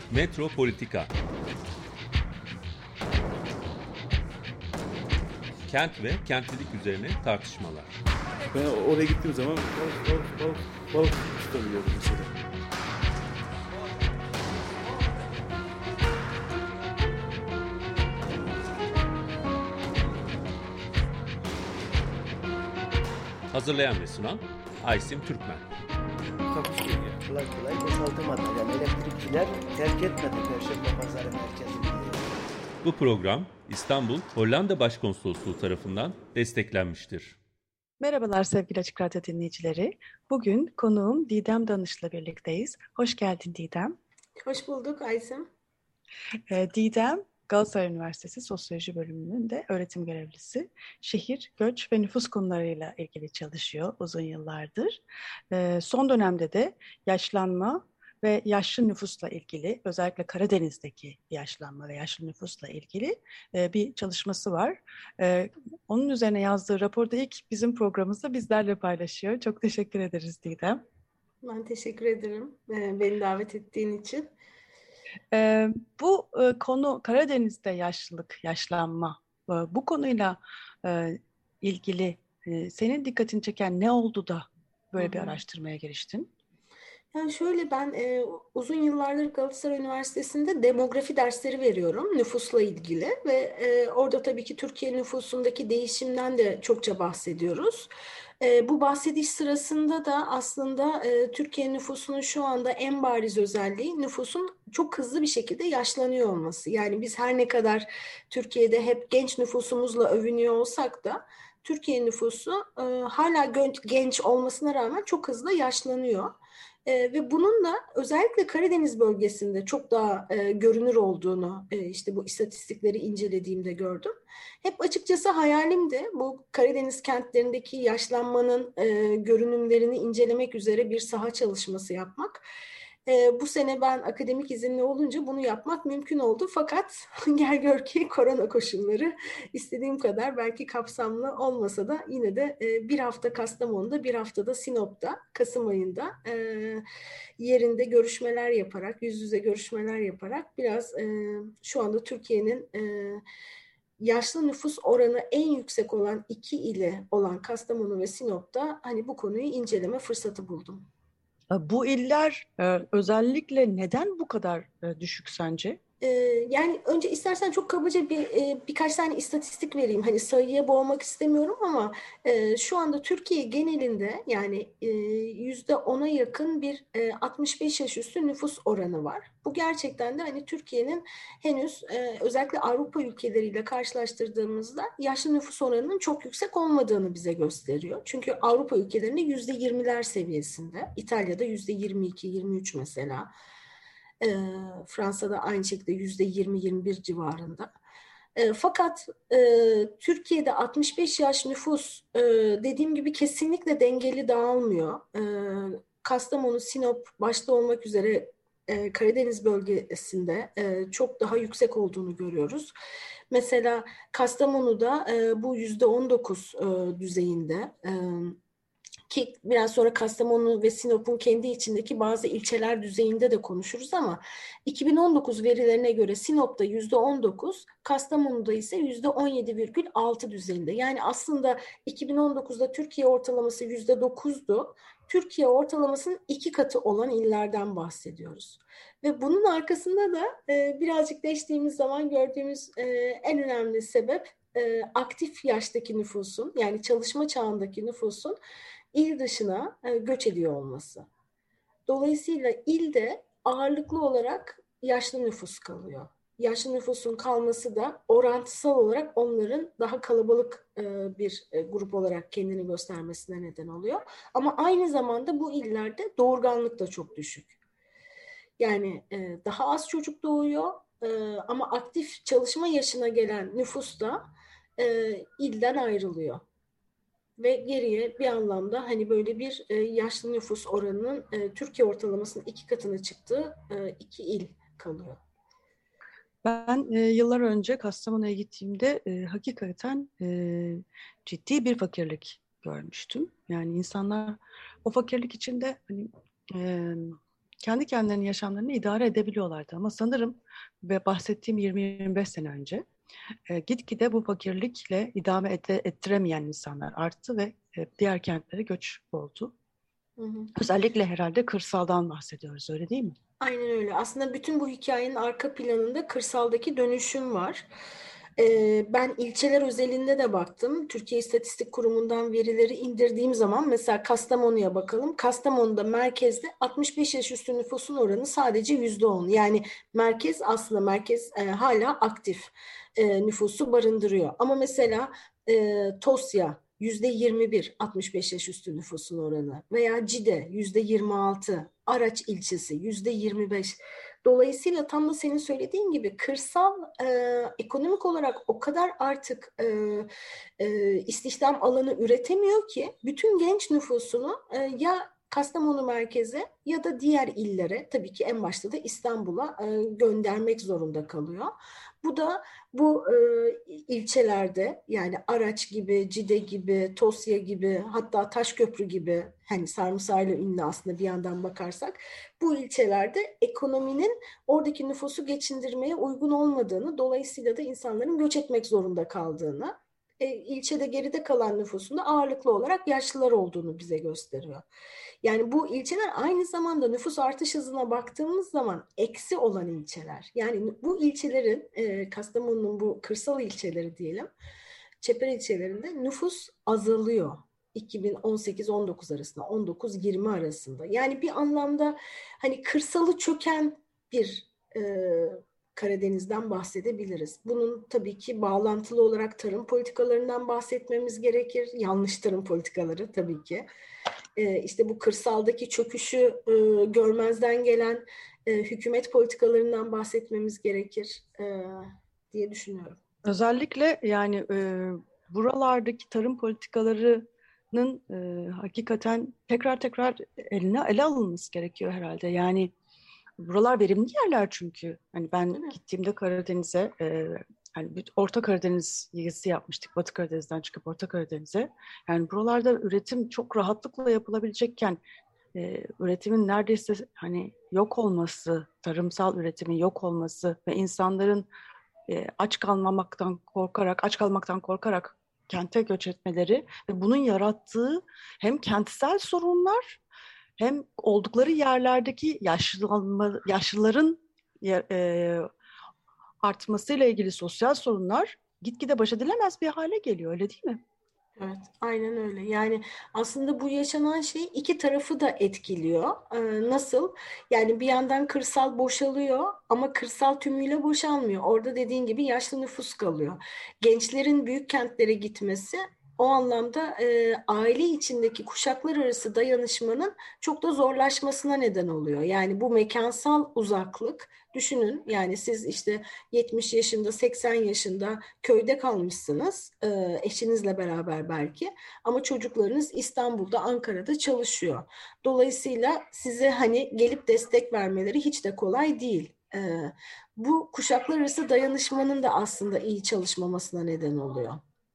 Metropolitika. Kent ve kentlilik üzerine tartışmalar. Ben oraya gittiğim zaman balık tutabiliyordum mesela. Hazırlayan ve sunan Aysim Türkmen. Takusuyor ya. Kolay kolay boşaltamadı. Yani elektrikçiler terk etmedi Perşembe Pazarı merkezini. Bu program İstanbul Hollanda Başkonsolosluğu tarafından desteklenmiştir. Merhabalar sevgili Açık Radyo dinleyicileri. Bugün konuğum Didem Danış'la birlikteyiz. Hoş geldin Didem. Hoş bulduk Aysim. Didem, Galatasaray Üniversitesi Sosyoloji Bölümünün de öğretim görevlisi. Şehir, göç ve nüfus konularıyla ilgili çalışıyor uzun yıllardır. Son dönemde de yaşlanma ve yaşlı nüfusla ilgili, özellikle Karadeniz'deki yaşlanma ve yaşlı nüfusla ilgili bir çalışması var. Onun üzerine yazdığı raporda ilk bizim programımızda bizlerle paylaşıyor. Çok teşekkür ederiz Didem. Ben teşekkür ederim beni davet ettiğin için. Bu konu Karadeniz'de yaşlılık, yaşlanma. Bu konuyla ilgili senin dikkatini çeken ne oldu da böyle bir araştırmaya giriştin? Yani şöyle ben uzun yıllardır Galatasaray Üniversitesi'nde demografi dersleri veriyorum nüfusla ilgili ve orada tabii ki Türkiye nüfusundaki değişimden de çokça bahsediyoruz. Bu bahsediş sırasında da aslında Türkiye nüfusunun şu anda en bariz özelliği nüfusun çok hızlı bir şekilde yaşlanıyor olması. Yani biz her ne kadar Türkiye'de hep genç nüfusumuzla övünüyor olsak da Türkiye nüfusu hala genç olmasına rağmen çok hızlı yaşlanıyor. Ve bunun da özellikle Karadeniz bölgesinde çok daha görünür olduğunu işte bu istatistikleri incelediğimde gördüm. Hep açıkçası hayalimdi bu Karadeniz kentlerindeki yaşlanmanın görünümlerini incelemek üzere bir saha çalışması yapmak. Bu sene ben akademik izinli olunca bunu yapmak mümkün oldu. Fakat gel gör ki korona koşulları istediğim kadar belki kapsamlı olmasa da yine de bir hafta Kastamonu'da, bir haftada Sinop'ta, Kasım ayında yerinde görüşmeler yaparak, yüz yüze görüşmeler yaparak biraz şu anda Türkiye'nin yaşlı nüfus oranı en yüksek olan iki ili olan Kastamonu ve Sinop'ta hani bu konuyu inceleme fırsatı buldum. Bu iller özellikle neden bu kadar düşük sence? Yani önce istersen çok kabaca birkaç tane istatistik vereyim. Hani sayıya boğmak istemiyorum ama şu anda Türkiye genelinde yani %10'a yakın bir 65 yaş üstü nüfus oranı var. Bu gerçekten de hani Türkiye'nin henüz özellikle Avrupa ülkeleriyle karşılaştırdığımızda yaşlı nüfus oranının çok yüksek olmadığını bize gösteriyor. Çünkü Avrupa ülkelerinde %20'ler seviyesinde, İtalya'da %22, 23 mesela. Fransa'da aynı şekilde %20-21 civarında. Fakat Türkiye'de 65 yaş nüfus dediğim gibi kesinlikle dengeli dağılmıyor. Kastamonu, Sinop başta olmak üzere Karadeniz bölgesinde çok daha yüksek olduğunu görüyoruz. Mesela Kastamonu'da bu %19 düzeyinde. Ki biraz sonra Kastamonu ve Sinop'un kendi içindeki bazı ilçeler düzeyinde de konuşuruz ama 2019 verilerine göre Sinop'ta %19, Kastamonu'da ise %17,6 düzeyinde. Yani aslında 2019'da Türkiye ortalaması %9'du. Türkiye ortalamasının 2 katı olan illerden bahsediyoruz. Ve bunun arkasında da birazcık değiştiğimiz zaman gördüğümüz en önemli sebep aktif yaştaki nüfusun yani çalışma çağındaki nüfusun il dışına göç ediyor olması. Dolayısıyla ilde ağırlıklı olarak yaşlı nüfus kalıyor. Yaşlı nüfusun kalması da orantısal olarak onların daha kalabalık bir grup olarak kendini göstermesine neden oluyor. Ama aynı zamanda bu illerde doğurganlık da çok düşük. Yani daha az çocuk doğuyor ama aktif çalışma yaşına gelen nüfus da ilden ayrılıyor. Ve geriye bir anlamda hani böyle bir yaşlı nüfus oranının Türkiye ortalamasının 2 katına çıktığı 2 il kalıyor. Ben yıllar önce Kastamonu'ya gittiğimde hakikaten ciddi bir fakirlik görmüştüm. Yani insanlar o fakirlik içinde hani kendi kendilerinin yaşamlarını idare edebiliyorlardı. Ama sanırım ve bahsettiğim 20-25 sene önce gitgide bu fakirlikle idame ettiremeyen insanlar arttı ve diğer kentlere göç oldu. Hı hı. Özellikle herhalde kırsaldan bahsediyoruz, öyle değil mi? Aynen öyle. Aslında bütün bu hikayenin arka planında kırsaldaki dönüşüm var. Ben ilçeler özelinde de baktım. Türkiye İstatistik Kurumu'ndan verileri indirdiğim zaman mesela Kastamonu'ya bakalım. Kastamonu'da merkezde 65 yaş üstü nüfusun oranı sadece %10. Yani merkez hala aktif nüfusu barındırıyor. Ama mesela Tosya %21 65 yaş üstü nüfusun oranı veya Cide %26, Araç ilçesi %25. Dolayısıyla tam da senin söylediğin gibi kırsal ekonomik olarak o kadar artık istihdam alanı üretemiyor ki bütün genç nüfusunu ya Kastamonu merkeze ya da diğer illere, tabii ki en başta da İstanbul'a göndermek zorunda kalıyor. Bu da bu ilçelerde, yani Araç gibi, Cide gibi, Tosya gibi, hatta Taşköprü gibi, hani sarımsağıyla ünlü aslında bir yandan bakarsak, bu ilçelerde ekonominin oradaki nüfusu geçindirmeye uygun olmadığını, dolayısıyla da insanların göç etmek zorunda kaldığını, ilçede geride kalan nüfusun da ağırlıklı olarak yaşlılar olduğunu bize gösteriyor. Yani bu ilçeler aynı zamanda nüfus artış hızına baktığımız zaman eksi olan ilçeler. Yani bu ilçelerin, Kastamonu'nun bu kırsal ilçeleri diyelim, çeper ilçelerinde nüfus azalıyor. 2018-19 arasında, 19-20 arasında. Yani bir anlamda hani kırsalı çöken bir Karadeniz'den bahsedebiliriz. Bunun tabii ki bağlantılı olarak tarım politikalarından bahsetmemiz gerekir. Yanlış tarım politikaları tabii ki. İşte bu kırsaldaki çöküşü görmezden gelen hükümet politikalarından bahsetmemiz gerekir diye düşünüyorum. Özellikle yani buralardaki tarım politikalarının hakikaten tekrar ele alınması gerekiyor herhalde. Yani buralar verimli yerler çünkü. Hani ben gittiğimde Karadeniz'e, hani bir Orta Karadeniz gezisi yapmıştık. Batı Karadeniz'den çıkıp Orta Karadeniz'e. Yani buralarda üretim çok rahatlıkla yapılabilecekken üretimin neredeyse hani yok olması, tarımsal üretimin yok olması ve insanların aç kalmaktan korkarak kente göç etmeleri ve bunun yarattığı hem kentsel sorunlar hem oldukları yerlerdeki yaşlıların artmasıyla ilgili sosyal sorunlar gitgide baş edilemez bir hale geliyor, öyle değil mi? Evet, aynen öyle. Yani aslında bu yaşanan şey iki tarafı da etkiliyor. Nasıl? Yani bir yandan kırsal boşalıyor ama kırsal tümüyle boşalmıyor. Orada dediğin gibi yaşlı nüfus kalıyor. Gençlerin büyük kentlere gitmesi o anlamda aile içindeki kuşaklar arası dayanışmanın çok da zorlaşmasına neden oluyor. Yani bu mekansal uzaklık, düşünün, yani siz işte 70 yaşında, 80 yaşında köyde kalmışsınız, eşinizle beraber belki, ama çocuklarınız İstanbul'da, Ankara'da çalışıyor. Dolayısıyla size hani gelip destek vermeleri hiç de kolay değil. Bu kuşaklar arası dayanışmanın da aslında iyi çalışmamasına neden oluyor.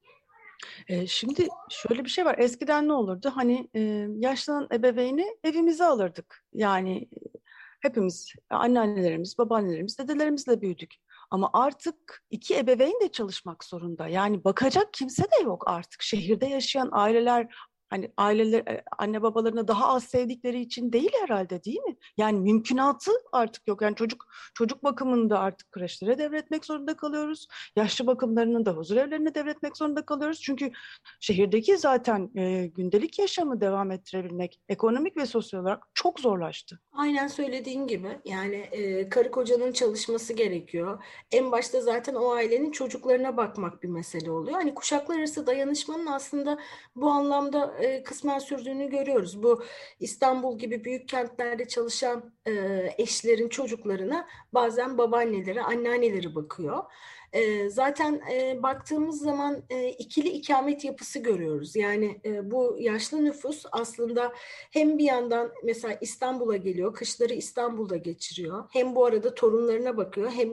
Şimdi şöyle bir şey var. Eskiden ne olurdu? Hani yaşlanan ebeveyni evimize alırdık. Yani hepimiz, anneannelerimiz, babaannelerimiz, dedelerimizle büyüdük. Ama artık iki ebeveyn de çalışmak zorunda. Yani bakacak kimse de yok artık. Şehirde yaşayan aileler, hani aileler, anne babalarını daha az sevdikleri için değil herhalde, değil mi? Yani mümkünatı artık yok. Yani çocuk bakımını da artık kreşlere devretmek zorunda kalıyoruz. Yaşlı bakımlarını da huzur evlerine devretmek zorunda kalıyoruz. Çünkü şehirdeki zaten gündelik yaşamı devam ettirebilmek ekonomik ve sosyal olarak çok zorlaştı. Aynen söylediğin gibi, yani karı kocanın çalışması gerekiyor. En başta zaten o ailenin çocuklarına bakmak bir mesele oluyor. Hani kuşaklar arası dayanışmanın aslında bu anlamda kısmen sürdüğünü görüyoruz. Bu İstanbul gibi büyük kentlerde çalışan eşlerin çocuklarına bazen babaanneleri, anneanneleri bakıyor. Zaten baktığımız zaman ikili ikamet yapısı görüyoruz. Yani bu yaşlı nüfus aslında hem bir yandan mesela İstanbul'a geliyor, kışları İstanbul'da geçiriyor. Hem bu arada torunlarına bakıyor, hem de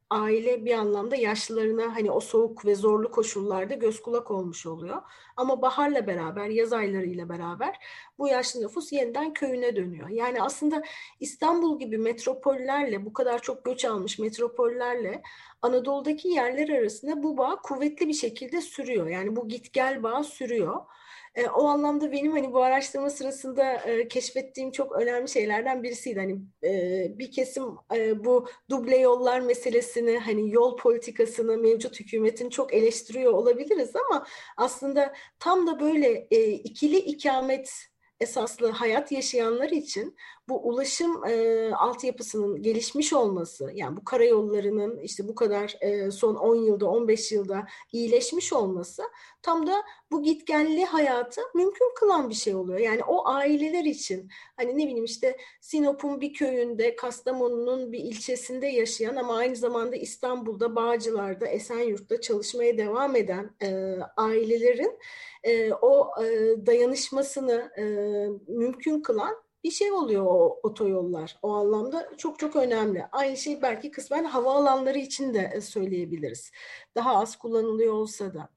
aile bir anlamda yaşlılarına hani o soğuk ve zorlu koşullarda göz kulak olmuş oluyor. Ama baharla beraber, yaz aylarıyla beraber bu yaşlı nüfus yeniden köyüne dönüyor. Yani aslında İstanbul gibi metropollerle, bu kadar çok göç almış metropollerle Anadolu'daki yerler arasında bu bağ kuvvetli bir şekilde sürüyor. Yani bu git gel bağı sürüyor. O anlamda benim hani bu araştırma sırasında keşfettiğim çok önemli şeylerden birisiydi. Hani bir kesim bu duble yollar meselesini, hani yol politikasını mevcut hükümetin çok eleştiriyor olabiliriz ama aslında tam da böyle ikili ikamet esaslı hayat yaşayanlar için bu ulaşım altyapısının gelişmiş olması, yani bu karayollarının işte bu kadar son 10 yılda, 15 yılda iyileşmiş olması tam da bu gitgelli hayatı mümkün kılan bir şey oluyor. Yani o aileler için hani ne bileyim işte Sinop'un bir köyünde, Kastamonu'nun bir ilçesinde yaşayan ama aynı zamanda İstanbul'da, Bağcılar'da, Esenyurt'ta çalışmaya devam eden ailelerin o dayanışmasını mümkün kılan bir şey oluyor o otoyollar. O anlamda çok çok önemli. Aynı şey belki kısmen havaalanları için de söyleyebiliriz. Daha az kullanılıyor olsa da.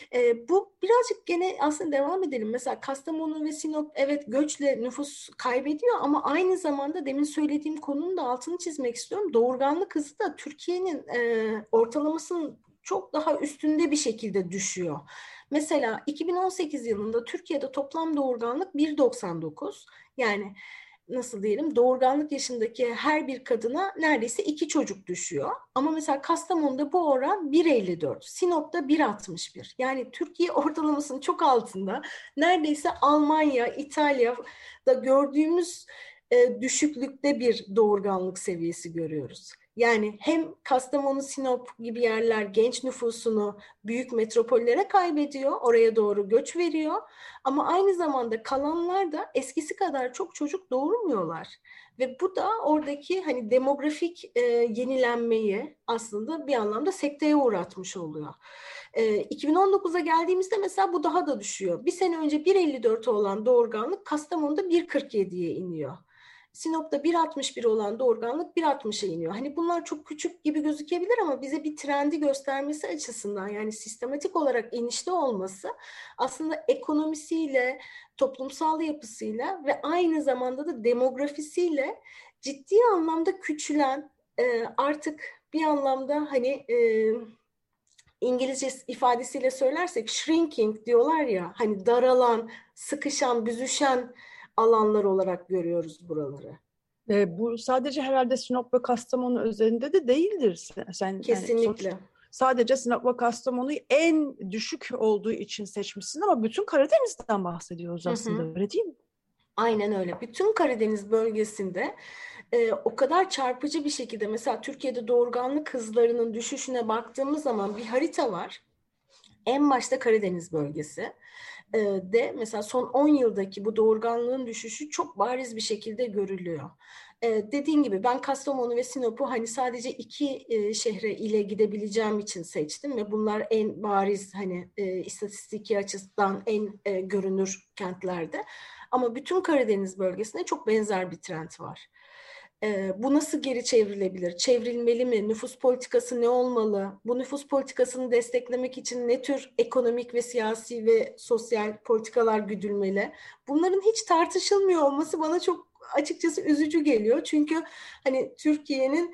Bu birazcık gene aslında devam edelim. Mesela Kastamonu ve Sinop evet göçle nüfus kaybediyor ama aynı zamanda demin söylediğim konunun da altını çizmek istiyorum. Doğurganlık hızı da Türkiye'nin ortalamasının çok daha üstünde bir şekilde düşüyor. Mesela 2018 yılında Türkiye'de toplam doğurganlık 1,99. Yani nasıl diyelim doğurganlık yaşındaki her bir kadına neredeyse 2 çocuk düşüyor. Ama mesela Kastamonu'da bu oran 1,54. Sinop'ta 1,61. Yani Türkiye ortalamasının çok altında. Neredeyse Almanya, İtalya'da gördüğümüz düşüklükte bir doğurganlık seviyesi görüyoruz. Yani hem Kastamonu, Sinop gibi yerler genç nüfusunu büyük metropollere kaybediyor, oraya doğru göç veriyor. Ama aynı zamanda kalanlar da eskisi kadar çok çocuk doğurmuyorlar. Ve bu da oradaki hani demografik yenilenmeyi aslında bir anlamda sekteye uğratmış oluyor. 2019'a geldiğimizde mesela bu daha da düşüyor. Bir sene önce 1,54 olan doğurganlık Kastamonu'da 1,47'ye iniyor. Sinop'ta 1,61 olan doğurganlık 1,60'a iniyor. Hani bunlar çok küçük gibi gözükebilir ama bize bir trendi göstermesi açısından yani sistematik olarak inişte olması aslında ekonomisiyle, toplumsal yapısıyla ve aynı zamanda da demografisiyle ciddi anlamda küçülen artık bir anlamda hani İngilizce ifadesiyle söylersek shrinking diyorlar ya hani daralan, sıkışan, büzüşen alanlar olarak görüyoruz buraları. Bu sadece herhalde Sinop ve Kastamonu özelinde de değildir. Sen Kesinlikle. Yani sadece Sinop ve Kastamonu'yu en düşük olduğu için seçmişsin ama bütün Karadeniz'den bahsediyoruz aslında, öyle değil mi? Aynen öyle. Bütün Karadeniz bölgesinde o kadar çarpıcı bir şekilde mesela Türkiye'de doğurganlık hızlarının düşüşüne baktığımız zaman bir harita var. En başta Karadeniz bölgesi de mesela son 10 yıldaki bu doğurganlığın düşüşü çok bariz bir şekilde görülüyor. Dediğim gibi ben Kastamonu ve Sinop'u hani sadece 2 şehre ile gidebileceğim için seçtim ve bunlar en bariz hani istatistiki açıdan en görünür kentlerde. Ama bütün Karadeniz bölgesinde çok benzer bir trend var. Bu nasıl geri çevrilebilir? Çevrilmeli mi? Nüfus politikası ne olmalı? Bu nüfus politikasını desteklemek için ne tür ekonomik ve siyasi ve sosyal politikalar güdülmeli? Bunların hiç tartışılmıyor olması bana çok açıkçası üzücü geliyor. Çünkü hani Türkiye'nin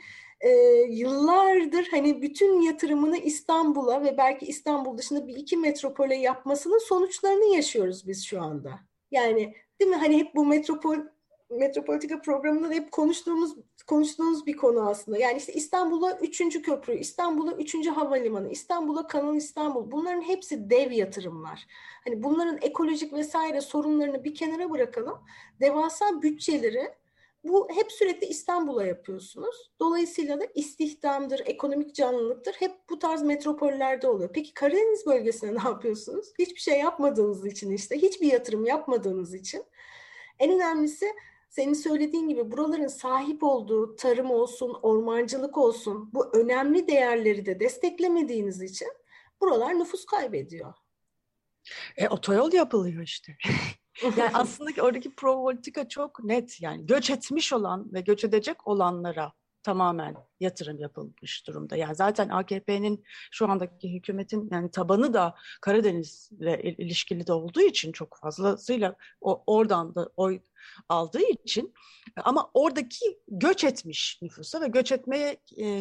yıllardır hani bütün yatırımını İstanbul'a ve belki İstanbul dışında bir 2 metropole yapmasının sonuçlarını yaşıyoruz biz şu anda. Yani değil mi? Hani hep bu metropolitika programında da hep konuştuğumuz bir konu aslında. Yani işte İstanbul'a 3. köprü, İstanbul'a 3. havalimanı, İstanbul'a Kanal İstanbul. Bunların hepsi dev yatırımlar. Hani bunların ekolojik vesaire sorunlarını bir kenara bırakalım. Devasa bütçeleri bu hep sürekli İstanbul'a yapıyorsunuz. Dolayısıyla da istihdamdır, ekonomik canlılıktır. Hep bu tarz metropollerde oluyor. Peki Karadeniz bölgesine ne yapıyorsunuz? Hiçbir şey yapmadığınız için işte, hiçbir yatırım yapmadığınız için. En önemlisi senin söylediğin gibi buraların sahip olduğu tarım olsun, ormancılık olsun bu önemli değerleri de desteklemediğiniz için buralar nüfus kaybediyor. Otoyol yapılıyor işte. Yani aslında oradaki politika çok net, yani göç etmiş olan ve göç edecek olanlara tamamen yatırım yapılmış durumda. Yani zaten AKP'nin şu andaki hükümetin yani tabanı da Karadeniz'le ilişkili de olduğu için çok fazlasıyla oradan da oy aldığı için ama oradaki göç etmiş nüfusa ve göç etmeye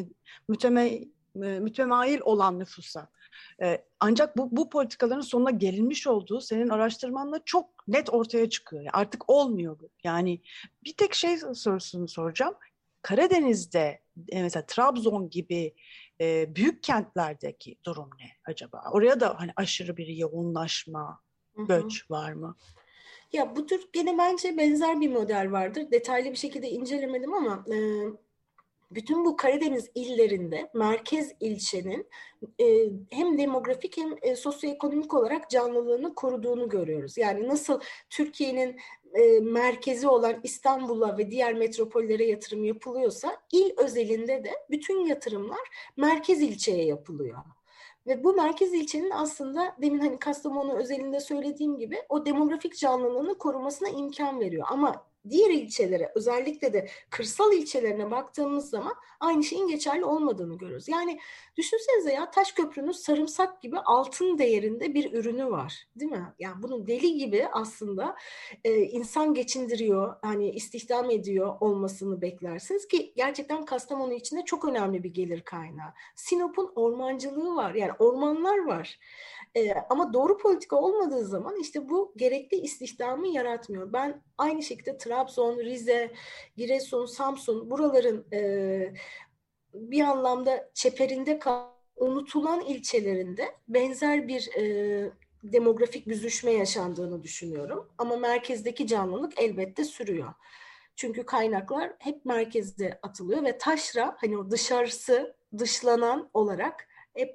mütemayil olan nüfusa. Ancak bu politikaların sonuna gelinmiş olduğu senin araştırmanla çok net ortaya çıkıyor. Yani artık olmuyor bu. Yani bir tek şey sorusunu soracağım. Karadeniz'de mesela Trabzon gibi büyük kentlerdeki durum ne acaba? Oraya da hani aşırı bir yoğunlaşma, göç var mı? Ya bu tür gene bence benzer bir model vardır. Detaylı bir şekilde incelemedim ama bütün bu Karadeniz illerinde merkez ilçenin hem demografik hem sosyoekonomik olarak canlılığını koruduğunu görüyoruz. Yani nasıl Türkiye'nin merkezi olan İstanbul'a ve diğer metropollere yatırım yapılıyorsa il özelinde de bütün yatırımlar merkez ilçeye yapılıyor. Ve bu merkez ilçenin aslında demin hani Kastamonu özelinde söylediğim gibi o demografik canlılığını korumasına imkan veriyor. Ama diğer ilçelere özellikle de kırsal ilçelerine baktığımız zaman aynı şeyin geçerli olmadığını görüyoruz. Yani düşünsenize ya Taşköprü'nün sarımsak gibi altın değerinde bir ürünü var, değil mi? Yani bunun deli gibi aslında insan geçindiriyor, hani istihdam ediyor olmasını beklersiniz ki gerçekten Kastamonu içinde çok önemli bir gelir kaynağı. Sinop'un ormancılığı var, yani ormanlar var. Ama doğru politika olmadığı zaman işte bu gerekli istihdamı yaratmıyor. Ben aynı şekilde Trabzon, Rize, Giresun, Samsun buraların bir anlamda çeperinde unutulan ilçelerinde benzer bir demografik büzüşme yaşandığını düşünüyorum. Ama merkezdeki canlılık elbette sürüyor. Çünkü kaynaklar hep merkezde atılıyor ve taşra hani o dışarısı dışlanan olarak hep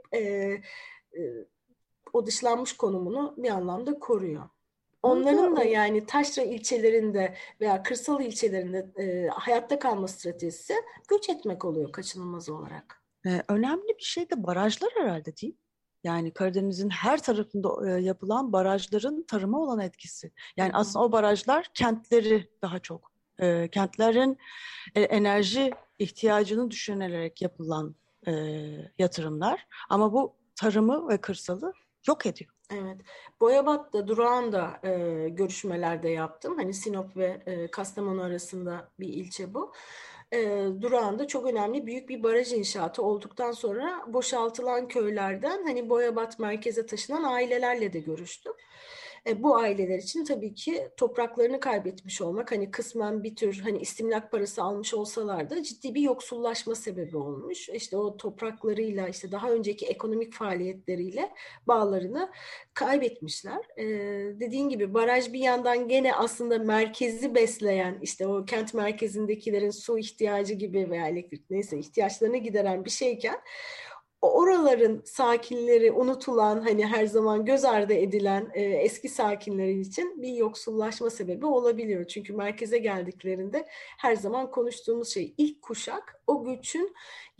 o dışlanmış konumunu bir anlamda koruyor. Onların da yani taşra ilçelerinde veya kırsal ilçelerinde hayatta kalma stratejisi göç etmek oluyor kaçınılmaz olarak. Önemli bir şey de barajlar herhalde değil mi? Yani Karadeniz'in her tarafında yapılan barajların tarıma olan etkisi. Yani aslında o barajlar kentleri daha çok, kentlerin enerji ihtiyacını düşünülerek yapılan yatırımlar. Ama bu tarımı ve kırsalı yok ediyor. Evet. Boyabat'ta, Durağan'da görüşmelerde yaptım. Hani Sinop ve Kastamonu arasında bir ilçe bu. Durağan'da çok önemli büyük bir baraj inşaatı olduktan sonra boşaltılan köylerden hani Boyabat merkeze taşınan ailelerle de görüştüm. Bu aileler için tabii ki topraklarını kaybetmiş olmak hani kısmen bir tür hani istimlak parası almış olsalar da ciddi bir yoksullaşma sebebi olmuş. İşte o topraklarıyla işte daha önceki ekonomik faaliyetleriyle bağlarını kaybetmişler. Dediğin gibi baraj bir yandan gene aslında merkezi besleyen işte o kent merkezindekilerin su ihtiyacı gibi veya elektrik neyse ihtiyaçlarını gideren bir şeyken oraların sakinleri unutulan hani her zaman göz ardı edilen eski sakinleri için bir yoksullaşma sebebi olabiliyor. Çünkü merkeze geldiklerinde her zaman konuştuğumuz şey ilk kuşak o göçün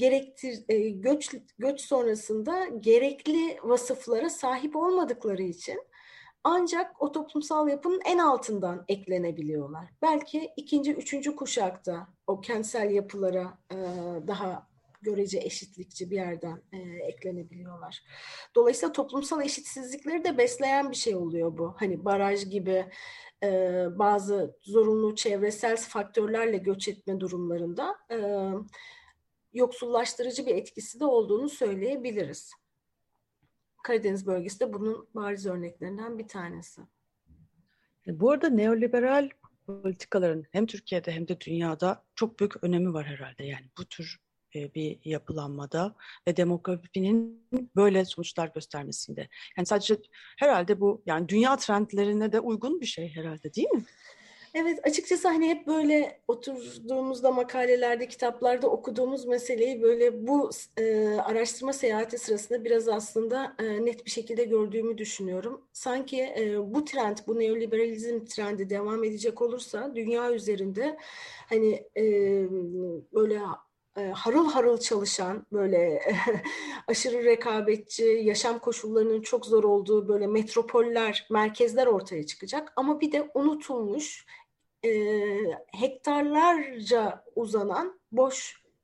göç sonrasında gerekli vasıflara sahip olmadıkları için ancak o toplumsal yapının en altından eklenebiliyorlar. Belki ikinci, üçüncü kuşakta o kentsel yapılara daha görece eşitlikçi bir yerden eklenebiliyorlar. Dolayısıyla toplumsal eşitsizlikleri de besleyen bir şey oluyor bu. Hani baraj gibi bazı zorunlu çevresel faktörlerle göç etme durumlarında yoksullaştırıcı bir etkisi de olduğunu söyleyebiliriz. Karadeniz bölgesi de bunun bariz örneklerinden bir tanesi. Bu arada neoliberal politikaların hem Türkiye'de hem de dünyada çok büyük önemi var herhalde. Yani bu tür bir yapılanmada ve demografinin böyle sonuçlar göstermesinde. Yani sadece herhalde bu yani dünya trendlerine de uygun bir şey herhalde değil mi? Evet, açıkçası hani hep böyle oturduğumuzda makalelerde, kitaplarda okuduğumuz meseleyi böyle bu araştırma seyahati sırasında biraz aslında net bir şekilde gördüğümü düşünüyorum. Sanki bu trend, bu neoliberalizm trendi devam edecek olursa dünya üzerinde hani böyle harıl harıl çalışan böyle aşırı rekabetçi yaşam koşullarının çok zor olduğu böyle metropoller, merkezler ortaya çıkacak. Ama bir de unutulmuş hektarlarca uzanan boş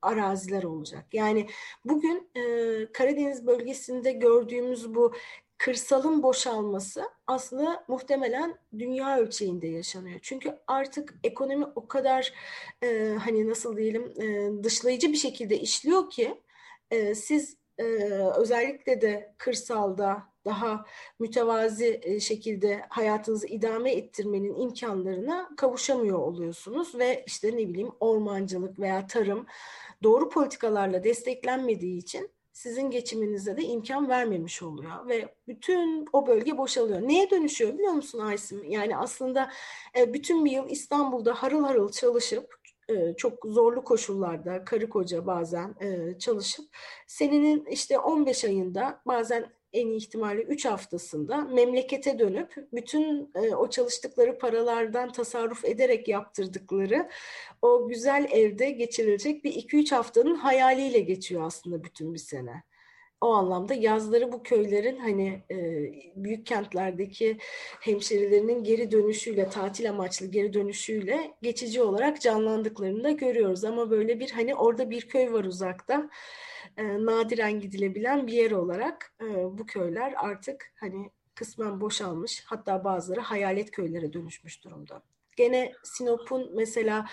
araziler olacak. Yani bugün Karadeniz bölgesinde gördüğümüz bu kırsalın boşalması aslında muhtemelen dünya ölçeğinde yaşanıyor. Çünkü artık ekonomi o kadar hani nasıl diyelim dışlayıcı bir şekilde işliyor ki siz özellikle de kırsalda daha mütevazi şekilde hayatınızı idame ettirmenin imkanlarına kavuşamıyor oluyorsunuz ve işte ne bileyim ormancılık veya tarım doğru politikalarla desteklenmediği için sizin geçiminize de imkan vermemiş oluyor ve bütün o bölge boşalıyor. Neye dönüşüyor biliyor musun Aysim? Yani aslında bütün bir yıl İstanbul'da harıl harıl çalışıp çok zorlu koşullarda karı koca bazen çalışıp senenin işte 15 ayında bazen en iyi ihtimalle 3 haftasında memlekete dönüp bütün o çalıştıkları paralardan tasarruf ederek yaptırdıkları o güzel evde geçirilecek bir 2-3 haftanın hayaliyle geçiyor aslında bütün bir sene. O anlamda yazları bu köylerin hani büyük kentlerdeki hemşerilerinin geri dönüşüyle, tatil amaçlı geri dönüşüyle geçici olarak canlandıklarını da görüyoruz. Ama böyle bir hani orada bir köy var uzakta, nadiren gidilebilen bir yer olarak bu köyler artık hani kısmen boşalmış, hatta bazıları hayalet köylere dönüşmüş durumda. Gene Sinop'un mesela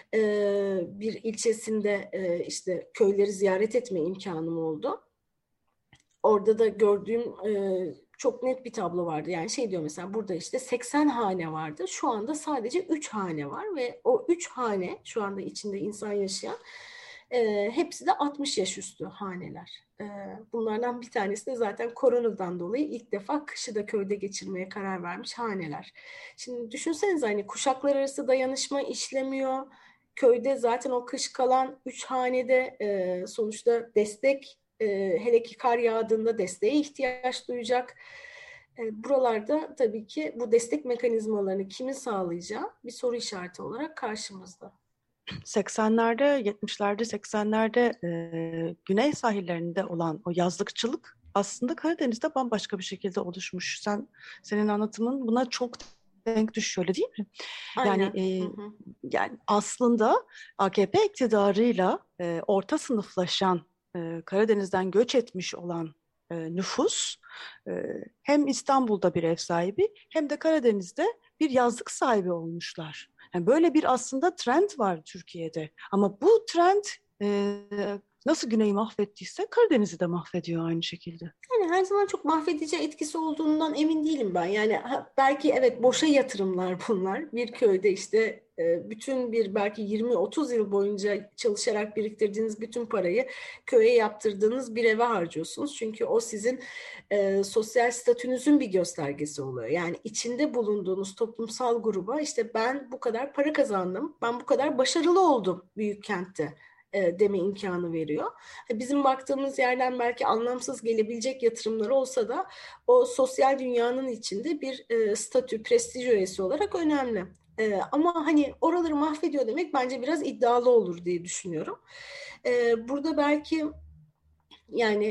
bir ilçesinde işte köyleri ziyaret etme imkanım oldu. Orada da gördüğüm çok net bir tablo vardı. Yani şey diyor mesela burada işte 80 hane vardı. Şu anda sadece 3 hane var ve o 3 hane şu anda içinde insan yaşayan hepsi de 60 yaş üstü haneler. Bunlardan bir tanesi de zaten koronadan dolayı ilk defa kışı da köyde geçirmeye karar vermiş haneler. Şimdi düşünsenize hani kuşaklar arası dayanışma işlemiyor. Köyde zaten o kış kalan 3 hanede sonuçta destek hele ki kar yağdığında desteğe ihtiyaç duyacak. Buralarda tabii ki bu destek mekanizmalarını kimin sağlayacağı bir soru işareti olarak karşımızda. 80'lerde, 70'lerde, 80'lerde güney sahillerinde olan o yazlıkçılık aslında Karadeniz'de bambaşka bir şekilde oluşmuş. Senin anlatımın buna çok denk düşüyor, öyle değil mi? Aynen. Yani aslında AKP iktidarıyla orta sınıflaşan Karadeniz'den göç etmiş olan nüfus hem İstanbul'da bir ev sahibi hem de Karadeniz'de bir yazlık sahibi olmuşlar. Yani böyle bir aslında trend var Türkiye'de. Ama bu trend nasıl Güney'i mahvettiyse Karadeniz'i de mahvediyor aynı şekilde. Yani her zaman çok mahvedici etkisi olduğundan emin değilim ben. Yani belki evet boşa yatırımlar bunlar. Bir köyde işte bütün bir belki 20-30 yıl boyunca çalışarak biriktirdiğiniz bütün parayı köye yaptırdığınız bir eve harcıyorsunuz. Çünkü o sizin sosyal statünüzün bir göstergesi oluyor. Yani içinde bulunduğunuz toplumsal gruba işte ben bu kadar para kazandım, ben bu kadar başarılı oldum büyük kentte deme imkanı veriyor. Bizim baktığımız yerden belki anlamsız gelebilecek yatırımlar olsa da o sosyal dünyanın içinde bir statü, prestij öğesi olarak önemli. Ama hani oraları mahvediyor demek bence biraz iddialı olur diye düşünüyorum. Burada belki yani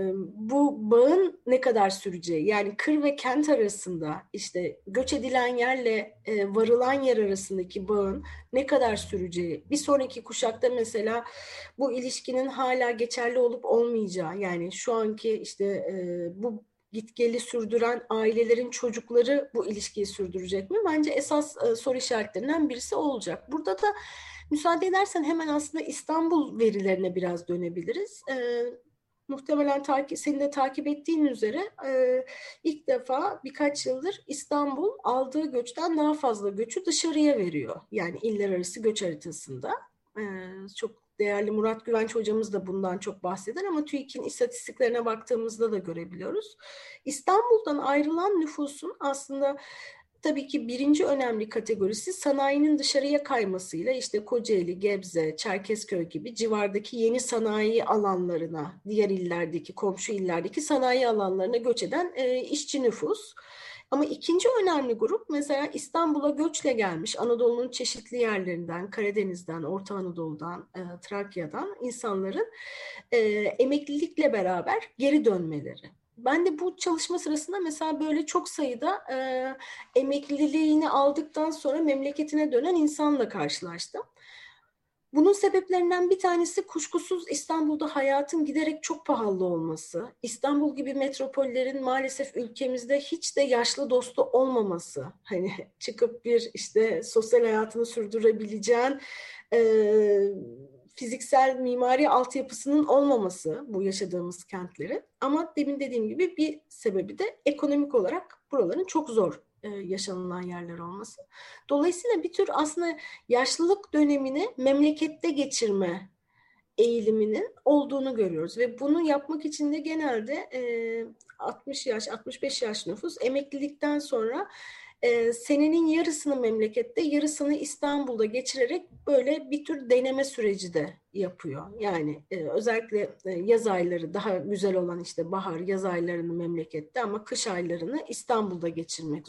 bu bağın ne kadar süreceği, yani kır ve kent arasında işte göç edilen yerle varılan yer arasındaki bağın ne kadar süreceği, bir sonraki kuşakta mesela bu ilişkinin hala geçerli olup olmayacağı, yani şu anki işte bu gitgeli sürdüren ailelerin çocukları bu ilişkiyi sürdürecek mi? Bence esas soru işaretlerinden birisi olacak. Burada da müsaade edersen hemen aslında İstanbul verilerine biraz dönebiliriz. Muhtemelen senin de takip ettiğin üzere ilk defa birkaç yıldır İstanbul aldığı göçten daha fazla göçü dışarıya veriyor. Yani iller arası göç haritasında. Çok değerli Murat Güvenç hocamız da bundan çok bahseder ama TÜİK'in istatistiklerine baktığımızda da görebiliyoruz. İstanbul'dan ayrılan nüfusun aslında tabii ki birinci önemli kategorisi sanayinin dışarıya kaymasıyla işte Kocaeli, Gebze, Çerkezköy gibi civardaki yeni sanayi alanlarına, diğer illerdeki, komşu illerdeki sanayi alanlarına göç eden işçi nüfus. Ama ikinci önemli grup mesela İstanbul'a göçle gelmiş Anadolu'nun çeşitli yerlerinden, Karadeniz'den, Orta Anadolu'dan, Trakya'dan insanların emeklilikle beraber geri dönmeleri. Ben de bu çalışma sırasında mesela böyle çok sayıda emekliliğini aldıktan sonra memleketine dönen insanla karşılaştım. Bunun sebeplerinden bir tanesi kuşkusuz İstanbul'da hayatın giderek çok pahalı olması. İstanbul gibi metropollerin maalesef ülkemizde hiç de yaşlı dostu olmaması. Hani çıkıp bir işte sosyal hayatını sürdürebileceğin fiziksel mimari altyapısının olmaması bu yaşadığımız kentlerin. Ama demin dediğim gibi bir sebebi de ekonomik olarak buraların çok zor yaşanılan yerler olması. Dolayısıyla bir tür aslında yaşlılık dönemini memlekette geçirme eğiliminin olduğunu görüyoruz. Ve bunu yapmak için de genelde 60 yaş, 65 yaş nüfus emeklilikten sonra senenin yarısını memlekette, yarısını İstanbul'da geçirerek böyle bir tür deneme süreci de yapıyor. Yani özellikle yaz ayları daha güzel olan işte bahar, yaz aylarını memlekette ama kış aylarını İstanbul'da geçirmek,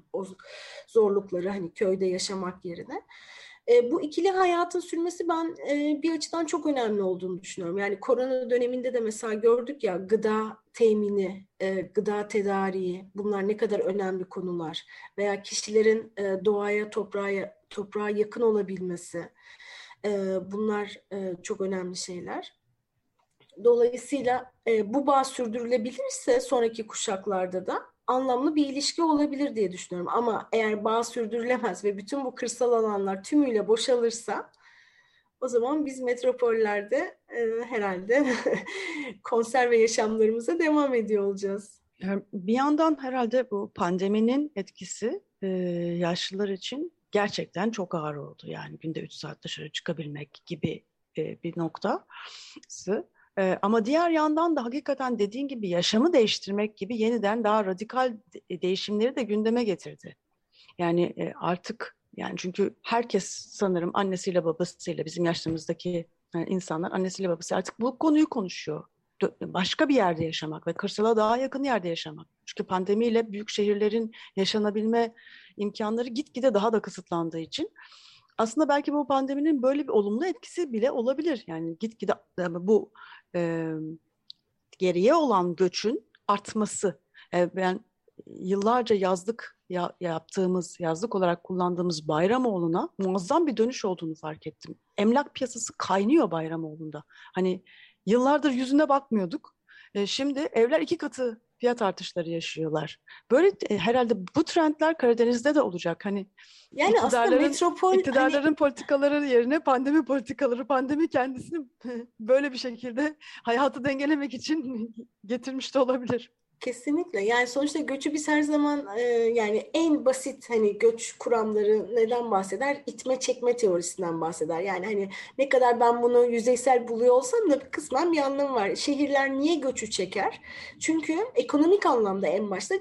zorlukları hani köyde yaşamak yerine. Bu ikili hayatın sürmesi ben bir açıdan çok önemli olduğunu düşünüyorum. Yani korona döneminde de mesela gördük ya gıda temini, gıda tedariği bunlar ne kadar önemli konular. Veya kişilerin doğaya, toprağa yakın olabilmesi bunlar çok önemli şeyler. Dolayısıyla bu bağ sürdürülebilirse sonraki kuşaklarda da anlamlı bir ilişki olabilir diye düşünüyorum. Ama eğer bağ sürdürülemez ve bütün bu kırsal alanlar tümüyle boşalırsa o zaman biz metropollerde herhalde konserve yaşamlarımıza devam ediyor olacağız. Bir yandan herhalde bu pandeminin etkisi yaşlılar için gerçekten çok ağır oldu. Yani günde 3 saat dışarı çıkabilmek gibi bir noktası. Ama diğer yandan da hakikaten dediğin gibi yaşamı değiştirmek gibi yeniden daha radikal değişimleri de gündeme getirdi. Yani artık yani çünkü herkes sanırım annesiyle babasıyla bizim yaşlarımızdaki insanlar annesiyle babası artık bu konuyu konuşuyor. Başka bir yerde yaşamak ve kırsala daha yakın yerde yaşamak. Çünkü pandemiyle büyük şehirlerin yaşanabilme imkanları gitgide daha da kısıtlandığı için aslında belki bu pandeminin böyle bir olumlu etkisi bile olabilir. Yani gitgide bu geriye olan göçün artması. Ben yıllarca yazlık olarak kullandığımız Bayramoğlu'na muazzam bir dönüş olduğunu fark ettim. Emlak piyasası kaynıyor Bayramoğlu'nda. Hani yıllardır yüzüne bakmıyorduk. Şimdi evler 2 katı fiyat artışları yaşıyorlar. Böyle herhalde bu trendler Karadeniz'de de olacak. Hani yani aslında iktidarların politikaları yerine pandemi politikaları, pandemi kendisini böyle bir şekilde hayatı dengelemek için getirmiş de olabilir. Kesinlikle. Yani sonuçta göçü biz her zaman yani en basit hani göç kuramları neden bahseder? İtme çekme teorisinden bahseder. Yani hani ne kadar ben bunu yüzeysel buluyor olsam da kısmen bir anlamı var. Şehirler niye göçü çeker? Çünkü ekonomik anlamda en başta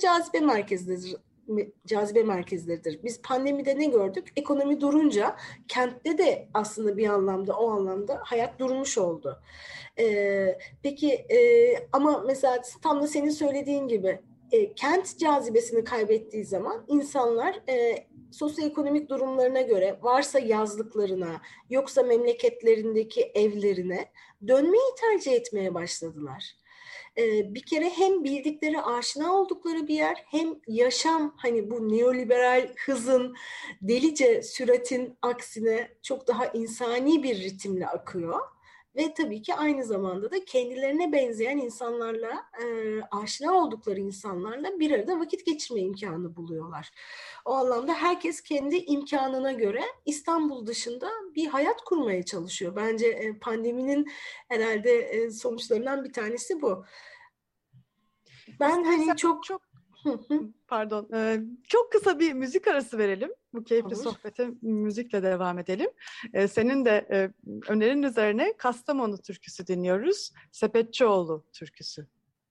cazibe merkezleridir. Biz pandemide ne gördük? Ekonomi durunca kentte de aslında bir anlamda o anlamda hayat durmuş oldu. Peki ama mesela tam da senin söylediğin gibi kent cazibesini kaybettiği zaman insanlar sosyoekonomik durumlarına göre varsa yazlıklarına yoksa memleketlerindeki evlerine dönmeyi tercih etmeye başladılar. Bir kere hem bildikleri, aşina oldukları bir yer hem yaşam hani bu neoliberal hızın, delice süratin aksine çok daha insani bir ritimle akıyor. Ve tabii ki aynı zamanda da kendilerine benzeyen insanlarla, aşina oldukları insanlarla bir arada vakit geçirme imkanı buluyorlar. O anlamda herkes kendi imkanına göre İstanbul dışında bir hayat kurmaya çalışıyor. Bence pandeminin herhalde sonuçlarından bir tanesi bu. Ben hani çok pardon, çok kısa bir müzik arası verelim. Bu keyifli Olur. sohbete müzikle devam edelim. Senin de önerin üzerine Kastamonu türküsü dinliyoruz. Sepetçioğlu türküsü.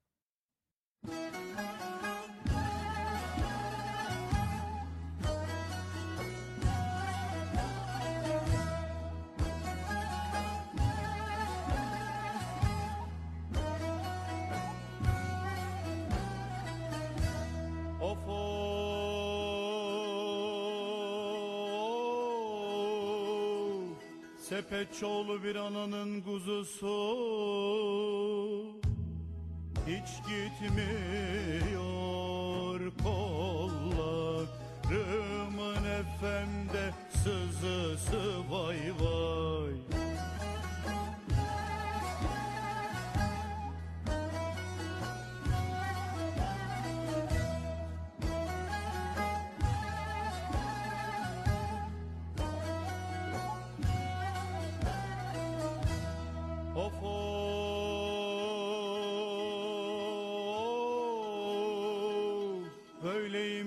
Sepetçioğlu bir ananın kuzusu hiç gitmiyor kollarımın efemde sızısı vay vay.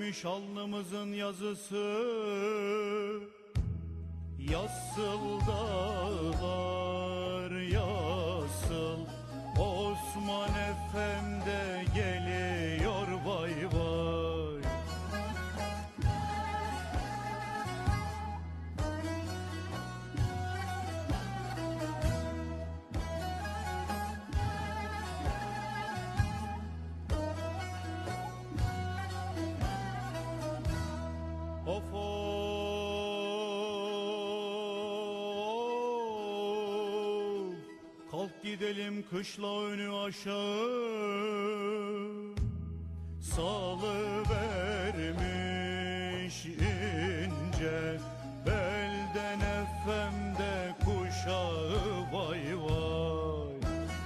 Böyleymiş alnımızın yazısı. Yassıl dağlar yassıl, Osman Efendi geliyor vay vay. Of of, kalk gidelim kışla önü aşağı. Salıvermiş ince belden efemde kuşağı vay vay.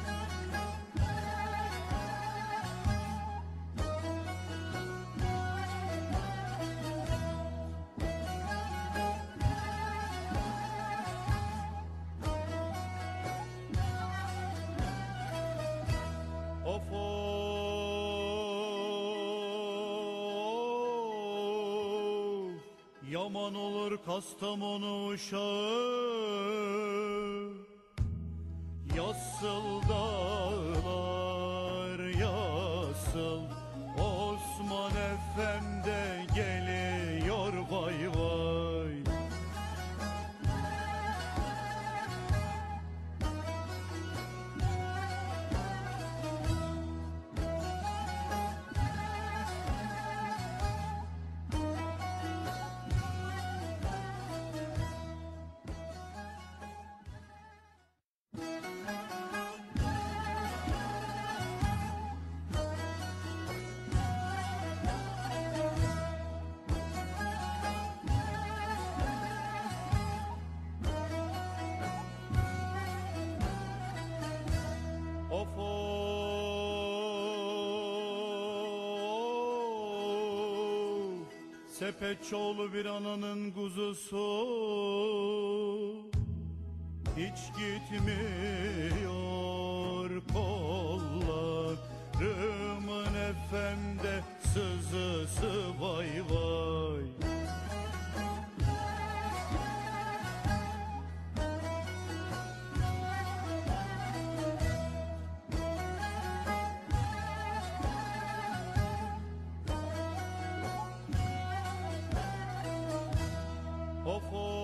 Of of, yaman olur Kastamonu uşağı. Yassıl dağlar yassıl, Osman Efendi geliyor vay vay. Of of, Sepetçoğlu bir ananın kuzusu. Hiç gitmiyor kollarımın efemde sızısı vay vay. Of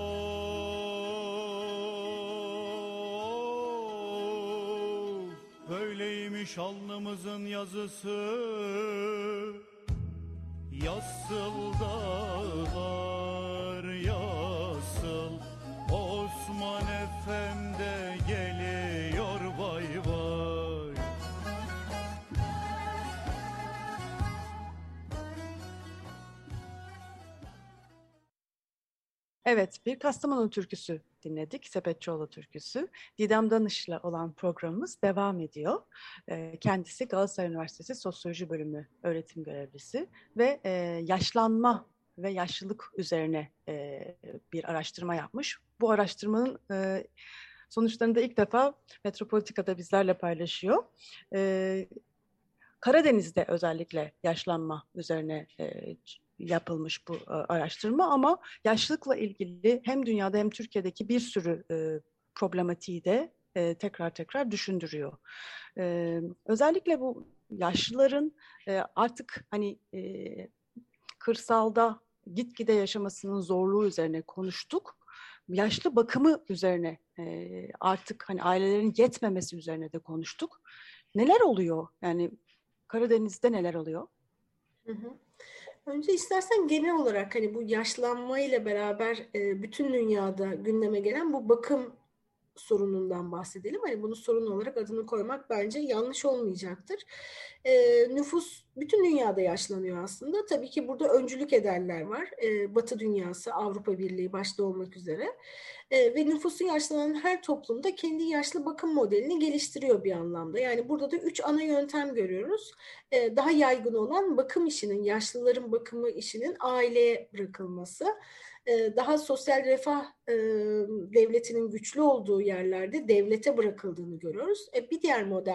of, böyleymiş alnımızın yazısı. Yassıl dağlar yassıl, Osman Efendi geliyor vay vay. Evet, bir Kastamonu türküsü dinledik, Sepetçioğlu türküsü. Didem Danış'la olan programımız devam ediyor. Kendisi Galatasaray Üniversitesi Sosyoloji Bölümü öğretim görevlisi ve yaşlanma ve yaşlılık üzerine bir araştırma yapmış. Bu araştırmanın sonuçlarını da ilk defa Metropolitika'da bizlerle paylaşıyor. Karadeniz'de özellikle yaşlanma üzerine yapılmış bu araştırma ama yaşlılıkla ilgili hem dünyada hem Türkiye'deki bir sürü problematiği de tekrar düşündürüyor. Özellikle bu yaşlıların artık hani kırsalda gitgide yaşamasının zorluğu üzerine konuştuk. Yaşlı bakımı üzerine artık hani ailelerin yetmemesi üzerine de konuştuk. Neler oluyor? Yani Karadeniz'de neler oluyor? Hı hı. Önce istersen genel olarak hani bu yaşlanmayla beraber bütün dünyada gündeme gelen bu bakım sorunundan bahsedelim. Hani bunu sorun olarak adını koymak bence yanlış olmayacaktır. Nüfus bütün dünyada yaşlanıyor aslında. Tabii ki burada öncülük edenler var. Batı dünyası, Avrupa Birliği başta olmak üzere. Ve nüfusu yaşlanan her toplumda kendi yaşlı bakım modelini geliştiriyor bir anlamda. Yani burada da 3 ana yöntem görüyoruz. Daha yaygın olan bakım işinin, yaşlıların bakımı işinin aileye bırakılması. Daha sosyal refah devletinin güçlü olduğu yerlerde devlete bırakıldığını görüyoruz. Bir diğer modelde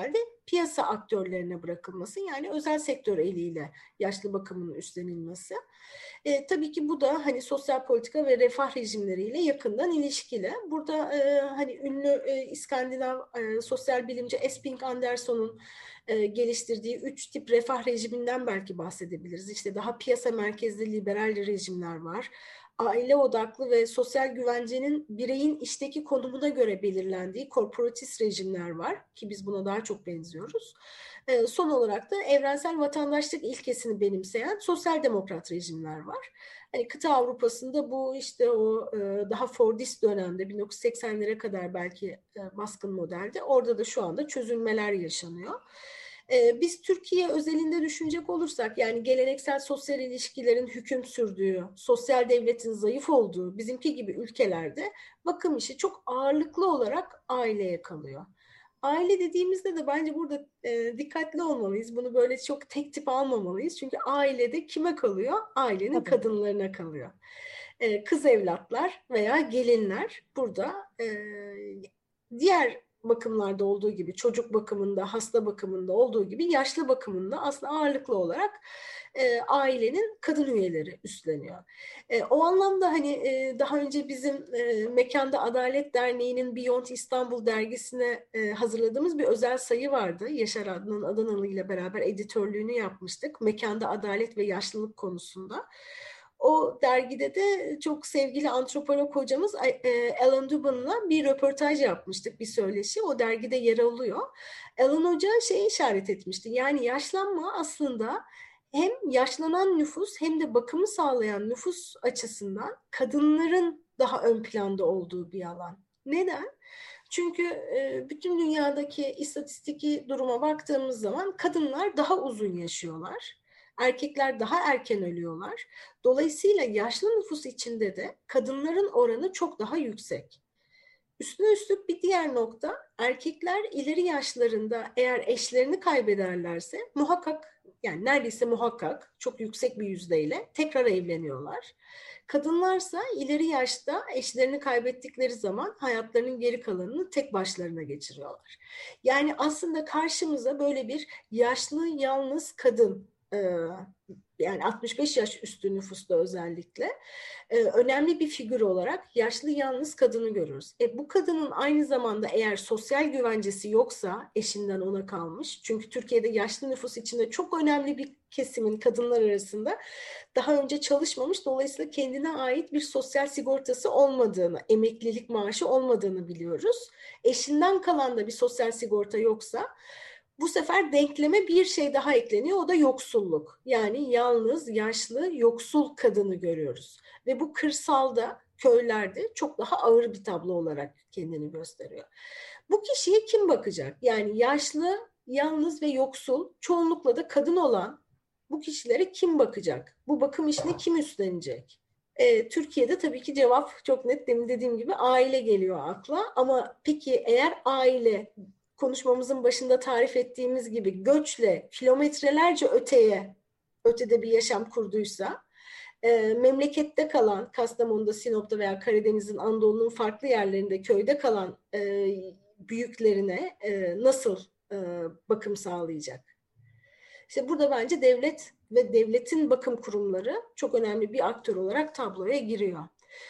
piyasa aktörlerine bırakılması, yani özel sektör eliyle yaşlı bakımının üstlenilmesi. Tabii ki bu da hani sosyal politika ve refah rejimleriyle yakından ilişkili. Burada hani ünlü İskandinav sosyal bilimci Esping Anderson'un geliştirdiği 3 tip refah rejiminden belki bahsedebiliriz. İşte daha piyasa merkezli liberal rejimler var. Aile odaklı ve sosyal güvencenin bireyin işteki konumuna göre belirlendiği korporatist rejimler var ki biz buna daha çok benziyoruz. Son olarak da evrensel vatandaşlık ilkesini benimseyen sosyal demokrat rejimler var. Hani kıta Avrupa'sında bu işte o daha Fordist dönemde 1980'lere kadar belki baskın modelde, orada da şu anda çözülmeler yaşanıyor. Biz Türkiye özelinde düşünecek olursak, yani geleneksel sosyal ilişkilerin hüküm sürdüğü, sosyal devletin zayıf olduğu bizimki gibi ülkelerde bakım işi çok ağırlıklı olarak aileye kalıyor. Aile dediğimizde de bence burada dikkatli olmalıyız. Bunu böyle çok tek tip almamalıyız. Çünkü ailede kime kalıyor? Ailenin kadınlarına kalıyor. Kız evlatlar veya gelinler burada diğer bakımlarda olduğu gibi, çocuk bakımında, hasta bakımında olduğu gibi yaşlı bakımında aslında ağırlıklı olarak ailenin kadın üyeleri üstleniyor. O anlamda hani daha önce bizim Mekanda Adalet Derneği'nin Beyond İstanbul dergisine hazırladığımız bir özel sayı vardı. Yaşar Adnan Adanalı ile beraber editörlüğünü yapmıştık. Mekanda adalet ve yaşlılık konusunda. O dergide de çok sevgili antropolog hocamız Alan Dubin'la bir röportaj yapmıştık, bir söyleşi. O dergide yer alıyor. Alan Hoca işaret etmişti. Yani yaşlanma aslında hem yaşlanan nüfus hem de bakımı sağlayan nüfus açısından kadınların daha ön planda olduğu bir alan. Neden? Çünkü bütün dünyadaki istatistiki duruma baktığımız zaman kadınlar daha uzun yaşıyorlar. Erkekler daha erken ölüyorlar. Dolayısıyla yaşlı nüfus içinde de kadınların oranı çok daha yüksek. Üstüne üstlük bir diğer nokta, erkekler ileri yaşlarında eğer eşlerini kaybederlerse muhakkak, yani neredeyse muhakkak çok yüksek bir yüzdeyle tekrar evleniyorlar. Kadınlarsa ileri yaşta eşlerini kaybettikleri zaman hayatlarının geri kalanını tek başlarına geçiriyorlar. Yani aslında karşımıza böyle bir yaşlı yalnız kadın, yani 65 yaş üstü nüfusta özellikle önemli bir figür olarak yaşlı yalnız kadını görürüz. Bu kadının aynı zamanda eğer sosyal güvencesi yoksa eşinden ona kalmış. Çünkü Türkiye'de yaşlı nüfus içinde çok önemli bir kesimin kadınlar arasında daha önce çalışmamış. Dolayısıyla kendine ait bir sosyal sigortası olmadığını, emeklilik maaşı olmadığını biliyoruz. Eşinden kalan da bir sosyal sigorta yoksa bu sefer denkleme bir şey daha ekleniyor. O da yoksulluk. Yani yalnız, yaşlı, yoksul kadını görüyoruz. Ve bu kırsalda, köylerde çok daha ağır bir tablo olarak kendini gösteriyor. Bu kişiye kim bakacak? Yani yaşlı, yalnız ve yoksul, çoğunlukla da kadın olan bu kişilere kim bakacak? Bu bakım işini kim üstlenecek? Türkiye'de tabii ki cevap çok net, demin dediğim gibi aile geliyor akla. Ama peki eğer aile, konuşmamızın başında tarif ettiğimiz gibi göçle kilometrelerce ötede bir yaşam kurduysa, memlekette kalan, Kastamonu'da, Sinop'ta veya Karadeniz'in, Anadolu'nun farklı yerlerinde köyde kalan büyüklerine nasıl bakım sağlayacak? İşte burada bence devlet ve devletin bakım kurumları çok önemli bir aktör olarak tabloya giriyor.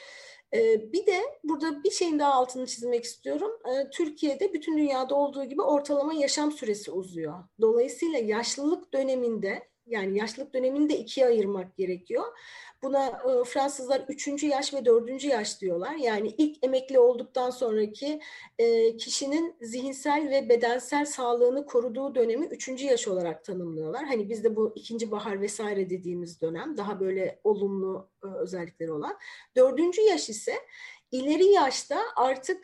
Bir de burada bir şeyin daha altını çizmek istiyorum. Türkiye'de bütün dünyada olduğu gibi ortalama yaşam süresi uzuyor. Dolayısıyla yaşlılık döneminde, yani yaşlılık dönemini de ikiye ayırmak gerekiyor. Buna Fransızlar 3. yaş ve 4. yaş diyorlar. Yani ilk emekli olduktan sonraki kişinin zihinsel ve bedensel sağlığını koruduğu dönemi 3. yaş olarak tanımlıyorlar. Hani bizde bu ikinci bahar vesaire dediğimiz dönem, daha böyle olumlu özellikleri olan. 4. yaş ise ileri yaşta artık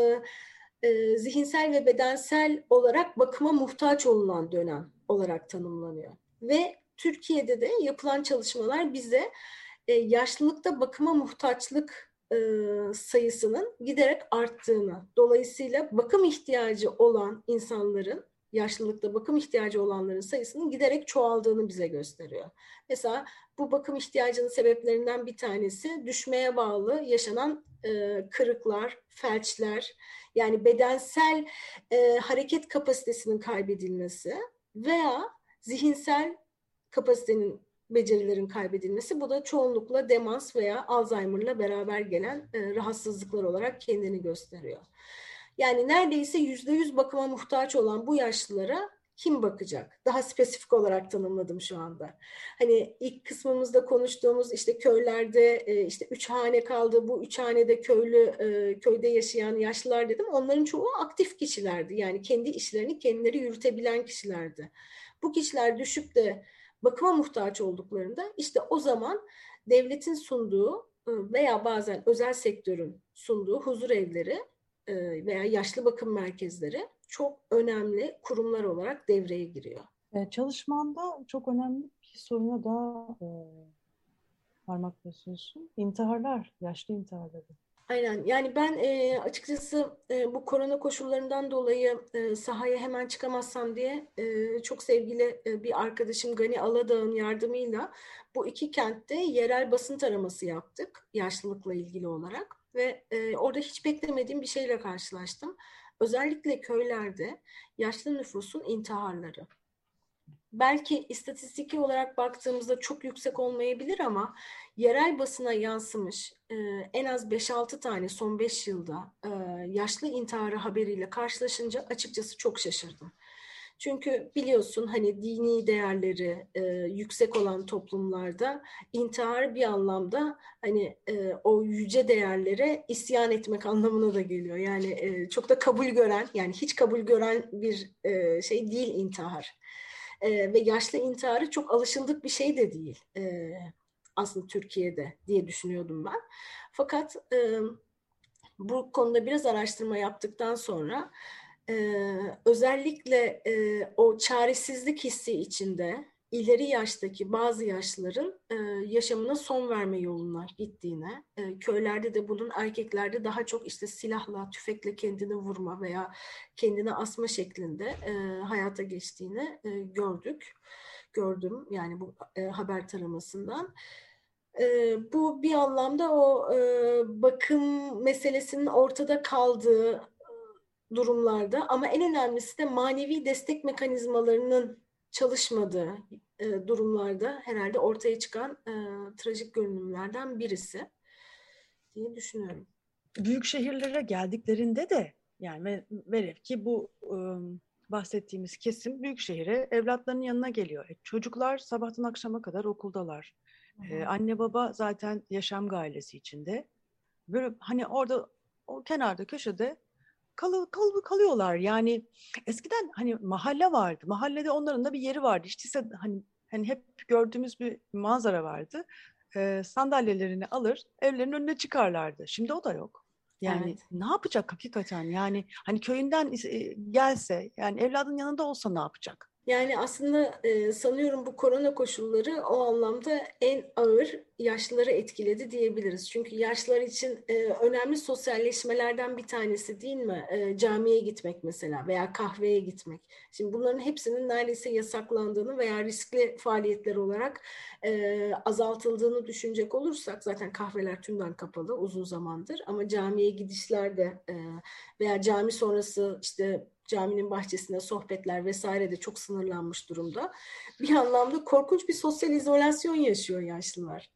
zihinsel ve bedensel olarak bakıma muhtaç olunan dönem olarak tanımlanıyor. Ve Türkiye'de de yapılan çalışmalar bize yaşlılıkta bakıma muhtaçlık sayısının giderek arttığını, dolayısıyla bakım ihtiyacı olan insanların, yaşlılıkta bakım ihtiyacı olanların sayısının giderek çoğaldığını bize gösteriyor. Mesela bu bakım ihtiyacının sebeplerinden bir tanesi düşmeye bağlı yaşanan kırıklar, felçler, yani bedensel hareket kapasitesinin kaybedilmesi veya zihinsel kapasitenin, becerilerin kaybedilmesi. Bu da çoğunlukla demans veya Alzheimer'la beraber gelen rahatsızlıklar olarak kendini gösteriyor. Yani neredeyse %100 bakıma muhtaç olan bu yaşlılara kim bakacak? Daha spesifik olarak tanımladım şu anda. Hani ilk kısmımızda konuştuğumuz işte köylerde işte 3 hane kaldı. Bu 3 hanede köyde yaşayan yaşlılar dedim. Onların çoğu aktif kişilerdi. Yani kendi işlerini kendileri yürütebilen kişilerdi. Bu kişiler düşüp de bakıma muhtaç olduklarında işte o zaman devletin sunduğu veya bazen özel sektörün sunduğu huzur evleri veya yaşlı bakım merkezleri çok önemli kurumlar olarak devreye giriyor. Çalışmanda çok önemli bir soruna daha parmak basıyorsun. İntiharlar, yaşlı intiharları. Aynen. Yani ben açıkçası bu korona koşullarından dolayı sahaya hemen çıkamazsam diye çok sevgili bir arkadaşım Gani Aladağ'ın yardımıyla bu iki kentte yerel basın taraması yaptık yaşlılıkla ilgili olarak ve orada hiç beklemediğim bir şeyle karşılaştım. Özellikle köylerde yaşlı nüfusun intiharları. Belki istatistiki olarak baktığımızda çok yüksek olmayabilir ama yerel basına yansımış en az 5-6 tane son 5 yılda yaşlı intiharı haberiyle karşılaşınca açıkçası çok şaşırdım. Çünkü biliyorsun hani dini değerleri yüksek olan toplumlarda intihar bir anlamda hani o yüce değerlere isyan etmek anlamına da geliyor. Yani çok da kabul gören, yani hiç kabul gören bir şey değil intihar. Ve yaşlı intiharı çok alışıldık bir şey de değil aslında Türkiye'de diye düşünüyordum ben. Fakat bu konuda biraz araştırma yaptıktan sonra özellikle o çaresizlik hissi içinde ileri yaştaki bazı yaşlıların yaşamına son verme yoluna gittiğine, köylerde de bunun erkeklerde daha çok işte silahla, tüfekle kendini vurma veya kendini asma şeklinde hayata geçtiğini gördüm yani bu haber taramasından. Bu bir anlamda o bakım meselesinin ortada kaldığı durumlarda ama en önemlisi de manevi destek mekanizmalarının çalışmadığı durumlarda herhalde ortaya çıkan trajik görünümlerden birisi diye düşünüyorum. Büyük şehirlere geldiklerinde de yani velev ki bu bahsettiğimiz kesim büyük şehire evlatlarının yanına geliyor. Çocuklar sabahtan akşama kadar okuldalar. Anne baba zaten yaşam gailesi içinde. Böyle hani orada o kenarda köşede kalıyorlar. Yani eskiden hani mahalle vardı. Mahallede onların da bir yeri vardı. İşte hani hep gördüğümüz bir manzara vardı. Sandalyelerini alır, evlerin önüne çıkarlardı. Şimdi o da yok. Yani Evet. ne yapacak hakikaten? Yani hani köyünden gelse, yani evladın yanında olsa ne yapacak? Yani aslında sanıyorum bu korona koşulları o anlamda en ağır yaşlıları etkiledi diyebiliriz. Çünkü yaşlılar için önemli sosyalleşmelerden bir tanesi değil mi? Camiye gitmek mesela veya kahveye gitmek. Şimdi bunların hepsinin neredeyse yasaklandığını veya riskli faaliyetler olarak azaltıldığını düşünecek olursak zaten kahveler tümden kapalı uzun zamandır ama camiye gidişler de veya cami sonrası işte caminin bahçesinde sohbetler vesaire de çok sınırlanmış durumda. Bir anlamda korkunç bir sosyal izolasyon yaşıyor yaşlılar.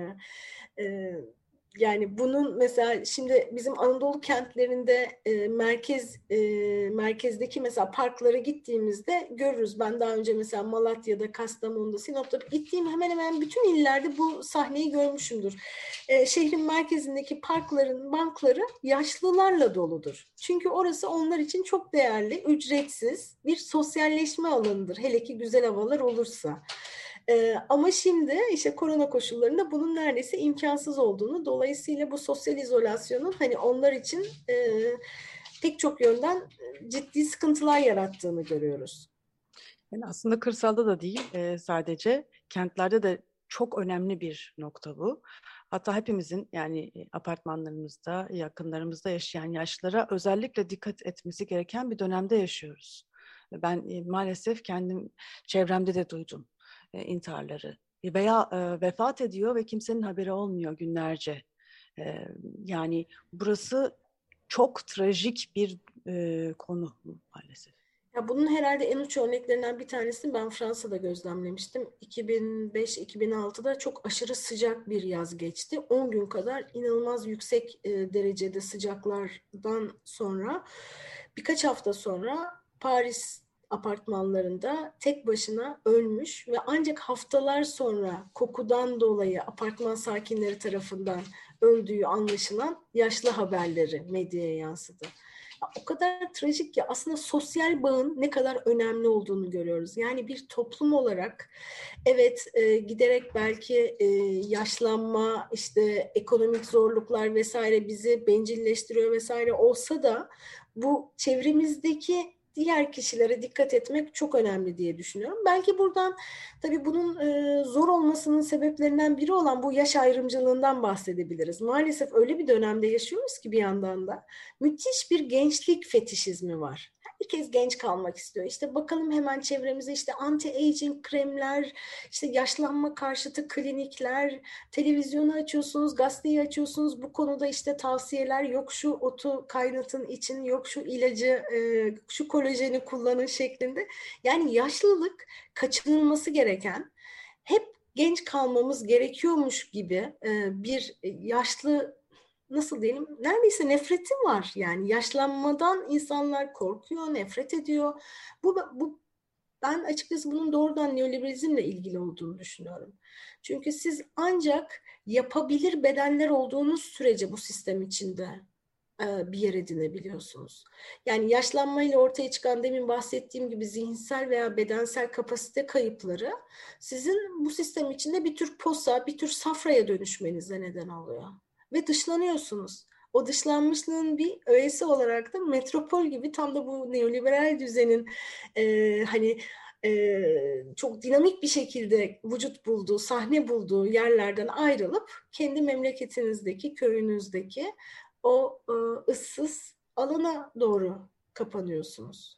Yani bunun mesela şimdi bizim Anadolu kentlerinde merkezdeki mesela parklara gittiğimizde görürüz. Ben daha önce mesela Malatya'da, Kastamonu'da, Sinop'ta gittiğim hemen hemen bütün illerde bu sahneyi görmüşümdür. Şehrin merkezindeki parkların bankları yaşlılarla doludur. Çünkü orası onlar için çok değerli, ücretsiz bir sosyalleşme alanıdır. Hele ki güzel havalar olursa. Ama şimdi işte korona koşullarında bunun neredeyse imkansız olduğunu, dolayısıyla bu sosyal izolasyonun hani onlar için pek çok yönden ciddi sıkıntılar yarattığını görüyoruz. Yani aslında kırsalda da değil, sadece kentlerde de çok önemli bir nokta bu. Hatta hepimizin yani apartmanlarımızda, yakınlarımızda yaşayan yaşlılara özellikle dikkat etmesi gereken bir dönemde yaşıyoruz. Ben maalesef kendim çevremde de duydum intiharları. Veya vefat ediyor ve kimsenin haberi olmuyor günlerce. Yani burası çok trajik bir konu maalesef. Ya bunun herhalde en uç örneklerinden bir tanesini ben Fransa'da gözlemlemiştim. 2005-2006'da çok aşırı sıcak bir yaz geçti. 10 gün kadar inanılmaz yüksek derecede sıcaklardan sonra birkaç hafta sonra Paris apartmanlarında tek başına ölmüş ve ancak haftalar sonra kokudan dolayı apartman sakinleri tarafından öldüğü anlaşılan yaşlı haberleri medyaya yansıdı. O kadar trajik ki aslında sosyal bağın ne kadar önemli olduğunu görüyoruz. Yani bir toplum olarak evet giderek belki yaşlanma, işte ekonomik zorluklar vesaire bizi bencilleştiriyor vesaire olsa da bu çevremizdeki diğer kişilere dikkat etmek çok önemli diye düşünüyorum. Belki buradan tabii bunun zor olmasının sebeplerinden biri olan bu yaş ayrımcılığından bahsedebiliriz. Maalesef öyle bir dönemde yaşıyoruz ki bir yandan da müthiş bir gençlik fetişizmi var. Herkes genç kalmak istiyor. İşte bakalım hemen çevremize işte anti-aging kremler, işte yaşlanma karşıtı klinikler, televizyonu açıyorsunuz, gazeteyi açıyorsunuz. Bu konuda işte tavsiyeler yok şu otu kaynatın için, yok şu ilacı, şu kolajeni kullanın şeklinde. Yani yaşlılık kaçınılması gereken, hep genç kalmamız gerekiyormuş gibi bir yaşlı nasıl diyelim neredeyse nefretim var. Yani yaşlanmadan insanlar korkuyor, nefret ediyor. Bu ben açıkçası bunun doğrudan neoliberalizmle ilgili olduğunu düşünüyorum. Çünkü siz ancak yapabilir bedenler olduğunuz sürece bu sistem içinde bir yer edinebiliyorsunuz. Yani yaşlanmayla ortaya çıkan demin bahsettiğim gibi zihinsel veya bedensel kapasite kayıpları sizin bu sistem içinde bir tür posa, bir tür safraya dönüşmenize neden oluyor. Ve dışlanıyorsunuz. O dışlanmışlığın bir öğesi olarak da metropol gibi tam da bu neoliberal düzenin hani çok dinamik bir şekilde vücut bulduğu, sahne bulduğu yerlerden ayrılıp kendi memleketinizdeki, köyünüzdeki o ıssız alana doğru kapanıyorsunuz.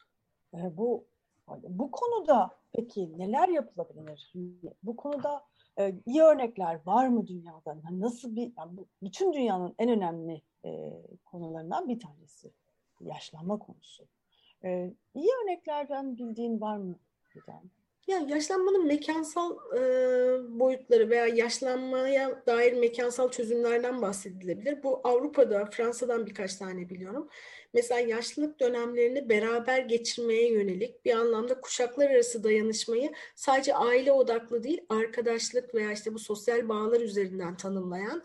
Bu konuda peki neler yapılabilir? Bu konuda iyi örnekler var mı dünyada? Nasıl bütün dünyanın en önemli konularından bir tanesi yaşlanma konusu. İyi örneklerden bildiğin var mı? Ya yaşlanmanın mekansal boyutları veya yaşlanmaya dair mekansal çözümlerden bahsedilebilir. Bu Avrupa'da, Fransa'dan birkaç tane biliyorum. Mesela yaşlılık dönemlerini beraber geçirmeye yönelik bir anlamda kuşaklar arası dayanışmayı sadece aile odaklı değil, arkadaşlık veya işte bu sosyal bağlar üzerinden tanımlayan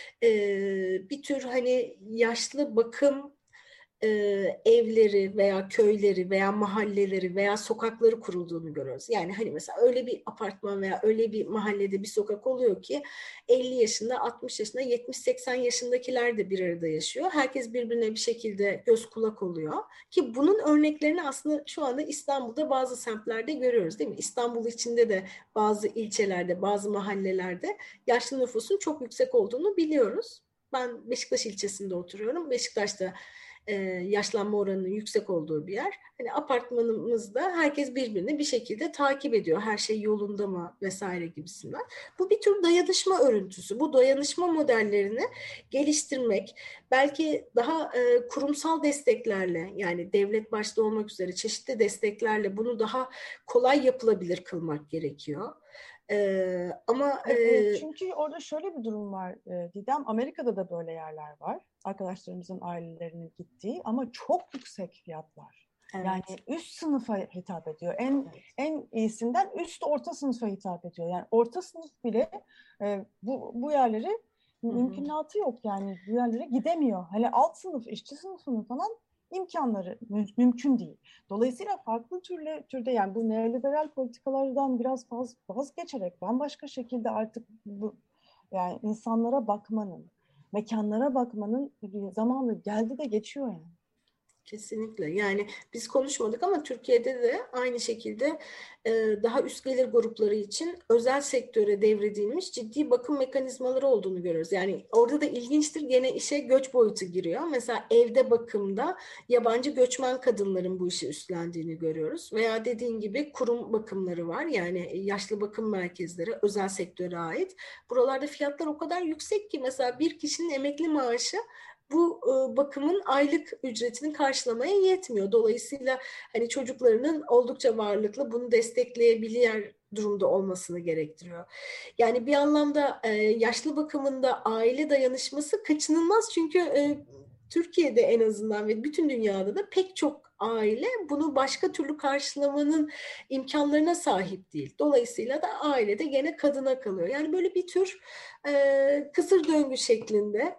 bir tür hani yaşlı bakım evleri veya köyleri veya mahalleleri veya sokakları kurulduğunu görüyoruz. Yani hani mesela öyle bir apartman veya öyle bir mahallede bir sokak oluyor ki 50 yaşında, 60 yaşında, 70-80 yaşındakiler de bir arada yaşıyor. Herkes birbirine bir şekilde göz kulak oluyor. Ki bunun örneklerini aslında şu anda İstanbul'da bazı semtlerde görüyoruz değil mi? İstanbul içinde de bazı ilçelerde, bazı mahallelerde yaşlı nüfusun çok yüksek olduğunu biliyoruz. Ben Beşiktaş ilçesinde oturuyorum. Beşiktaş'ta yaşlanma oranının yüksek olduğu bir yer. Hani apartmanımızda herkes birbirini bir şekilde takip ediyor. Her şey yolunda mı vesaire gibisinden. Bu bir tür dayanışma örüntüsü. Bu dayanışma modellerini geliştirmek, belki daha kurumsal desteklerle yani devlet başta olmak üzere çeşitli desteklerle bunu daha kolay yapılabilir kılmak gerekiyor. Ama çünkü orada şöyle bir durum var Didem. Amerika'da da böyle yerler var. Arkadaşlarımızın ailelerinin gittiği ama çok yüksek fiyatlar. Evet. Yani üst sınıfa hitap ediyor. En iyisinden üst orta sınıfa hitap ediyor. Yani orta sınıf bile bu yerleri mümkünatı yok. Yani bu yerlere gidemiyor. Hani alt sınıf, işçi sınıfının falan imkanları mümkün değil. Dolayısıyla farklı türde yani bu neoliberal politikalardan biraz vazgeçerek bambaşka şekilde artık bu yani insanlara bakmanın, mekanlara bakmanın bir zamanı geldi de geçiyor yani. Kesinlikle. Yani biz konuşmadık ama Türkiye'de de aynı şekilde daha üst gelir grupları için özel sektöre devredilmiş ciddi bakım mekanizmaları olduğunu görüyoruz. Yani orada da ilginçtir, gene işe göç boyutu giriyor. Mesela evde bakımda yabancı göçmen kadınların bu işi üstlendiğini görüyoruz. Veya dediğin gibi kurum bakımları var. Yani yaşlı bakım merkezleri özel sektöre ait. Buralarda fiyatlar o kadar yüksek ki mesela bir kişinin emekli maaşı bu bakımın aylık ücretini karşılamaya yetmiyor. Dolayısıyla hani çocuklarının oldukça varlıklı, bunu destekleyebilir durumda olmasını gerektiriyor. Yani bir anlamda yaşlı bakımında aile dayanışması kaçınılmaz, çünkü Türkiye'de en azından ve bütün dünyada da pek çok aile bunu başka türlü karşılamanın imkanlarına sahip değil. Dolayısıyla da ailede gene kadına kalıyor. Yani böyle bir tür kısır döngü şeklinde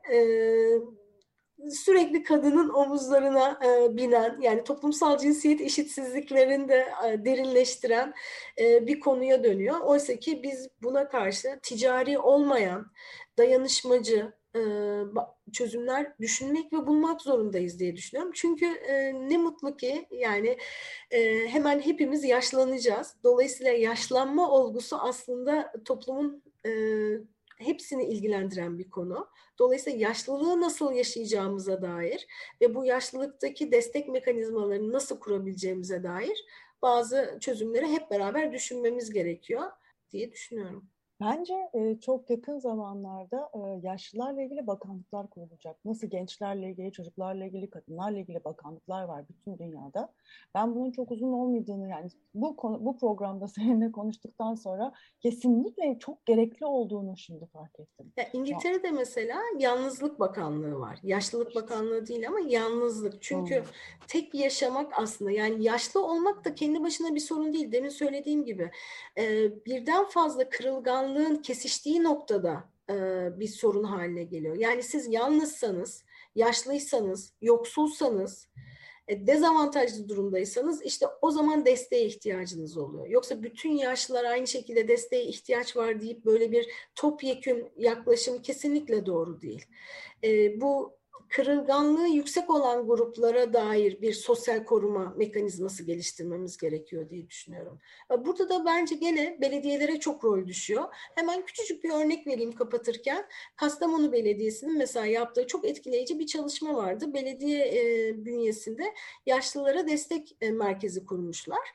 sürekli kadının omuzlarına binen, yani toplumsal cinsiyet eşitsizliklerini de derinleştiren bir konuya dönüyor. Oysa ki biz buna karşı ticari olmayan, dayanışmacı çözümler düşünmek ve bulmak zorundayız diye düşünüyorum. Çünkü ne mutlu ki yani hemen hepimiz yaşlanacağız. Dolayısıyla yaşlanma olgusu aslında toplumun hepsini ilgilendiren bir konu. Dolayısıyla yaşlılığı nasıl yaşayacağımıza dair ve bu yaşlılıktaki destek mekanizmalarını nasıl kurabileceğimize dair bazı çözümleri hep beraber düşünmemiz gerekiyor diye düşünüyorum. Bence çok yakın zamanlarda yaşlılarla ilgili bakanlıklar kurulacak. Nasıl gençlerle ilgili, çocuklarla ilgili, kadınlarla ilgili bakanlıklar var bütün dünyada. Ben bunun çok uzun olmadığını, yani bu programda seninle konuştuktan sonra kesinlikle çok gerekli olduğunu şimdi fark ettim. Ya İngiltere'de mesela yalnızlık bakanlığı var. Yaşlılık bakanlığı değil ama yalnızlık. Çünkü tek yaşamak aslında, yani yaşlı olmak da kendi başına bir sorun değil. Demin söylediğim gibi birden fazla kırılganlığın kesiştiği noktada bir sorun haline geliyor. Yani siz yalnızsanız, yaşlıysanız, yoksulsanız, dezavantajlı durumdaysanız işte o zaman desteğe ihtiyacınız oluyor. Yoksa bütün yaşlılar aynı şekilde desteğe ihtiyaç var deyip böyle bir topyekün yaklaşım kesinlikle doğru değil. Bu kırılganlığı yüksek olan gruplara dair bir sosyal koruma mekanizması geliştirmemiz gerekiyor diye düşünüyorum. Burada da bence gene belediyelere çok rol düşüyor. Hemen küçücük bir örnek vereyim kapatırken. Kastamonu Belediyesi'nin mesela yaptığı çok etkileyici bir çalışma vardı. Belediye bünyesinde yaşlılara destek merkezi kurmuşlar.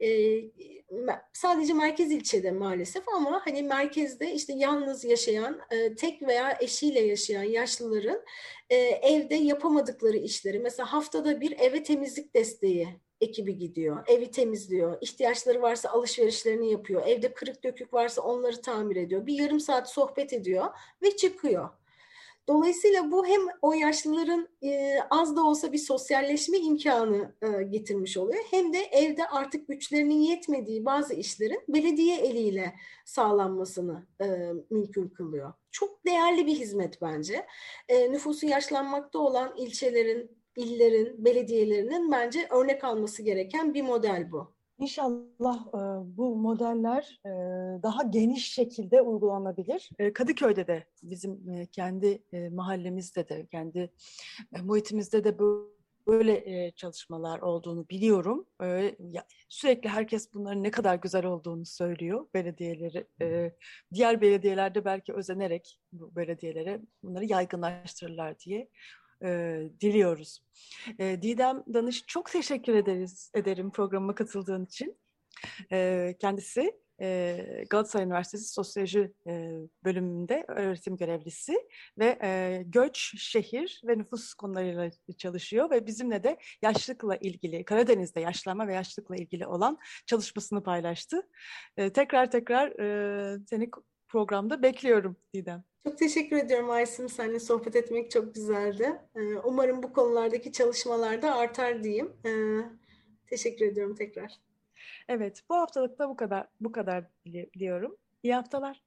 Sadece merkez ilçede maalesef, ama hani merkezde işte yalnız yaşayan, tek veya eşiyle yaşayan yaşlıların evde yapamadıkları işleri, mesela haftada bir eve temizlik desteği ekibi gidiyor, evi temizliyor, ihtiyaçları varsa alışverişlerini yapıyor, evde kırık dökük varsa onları tamir ediyor, bir yarım saat sohbet ediyor ve çıkıyor. Dolayısıyla bu hem o yaşlıların az da olsa bir sosyalleşme imkanı getirmiş oluyor, hem de evde artık güçlerinin yetmediği bazı işlerin belediye eliyle sağlanmasını mümkün kılıyor. Çok değerli bir hizmet bence. Nüfusu yaşlanmakta olan ilçelerin, illerin, belediyelerinin bence örnek alması gereken bir model bu. İnşallah bu modeller daha geniş şekilde uygulanabilir. Kadıköy'de de bizim kendi mahallemizde de, kendi muhitimizde de böyle çalışmalar olduğunu biliyorum. Sürekli herkes bunların ne kadar güzel olduğunu söylüyor. Belediyeleri, diğer belediyelerde belki özenerek bu belediyelere bunları yaygınlaştırırlar diye diliyoruz. Didem Danış, çok teşekkür ederim programıma katıldığın için. Kendisi Galatasaray Üniversitesi Sosyoloji bölümünde öğretim görevlisi ve göç, şehir ve nüfus konularıyla çalışıyor ve bizimle de yaşlılıkla ilgili, Karadeniz'de yaşlanma ve yaşlılıkla ilgili olan çalışmasını paylaştı. Tekrar seni programda bekliyorum Didem. Çok teşekkür ediyorum Aysim. Seninle sohbet etmek çok güzeldi. Umarım bu konulardaki çalışmalar da artar diyeyim. Teşekkür ediyorum tekrar. Evet, bu haftalık da bu kadar diyorum. İyi haftalar.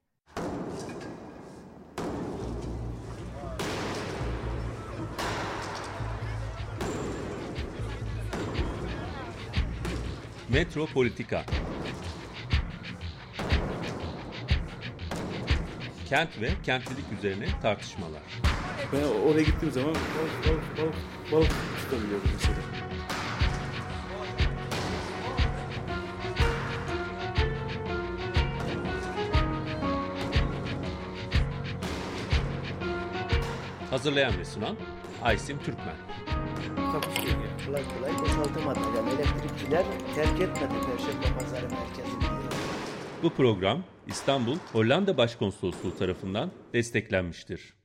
Metropolitika. Kent ve kentlilik üzerine tartışmalar. Ben oraya gittiğim zaman balık tutabiliyordum mesela. Hazırlayan ve sunan Aysim Türkmen. Takusuyor ya. Kolay kolay boşaltamadı. Yani elektrikçiler terk etmedi Perşembe Pazarı merkezini. Bu program İstanbul Hollanda Başkonsolosluğu tarafından desteklenmiştir.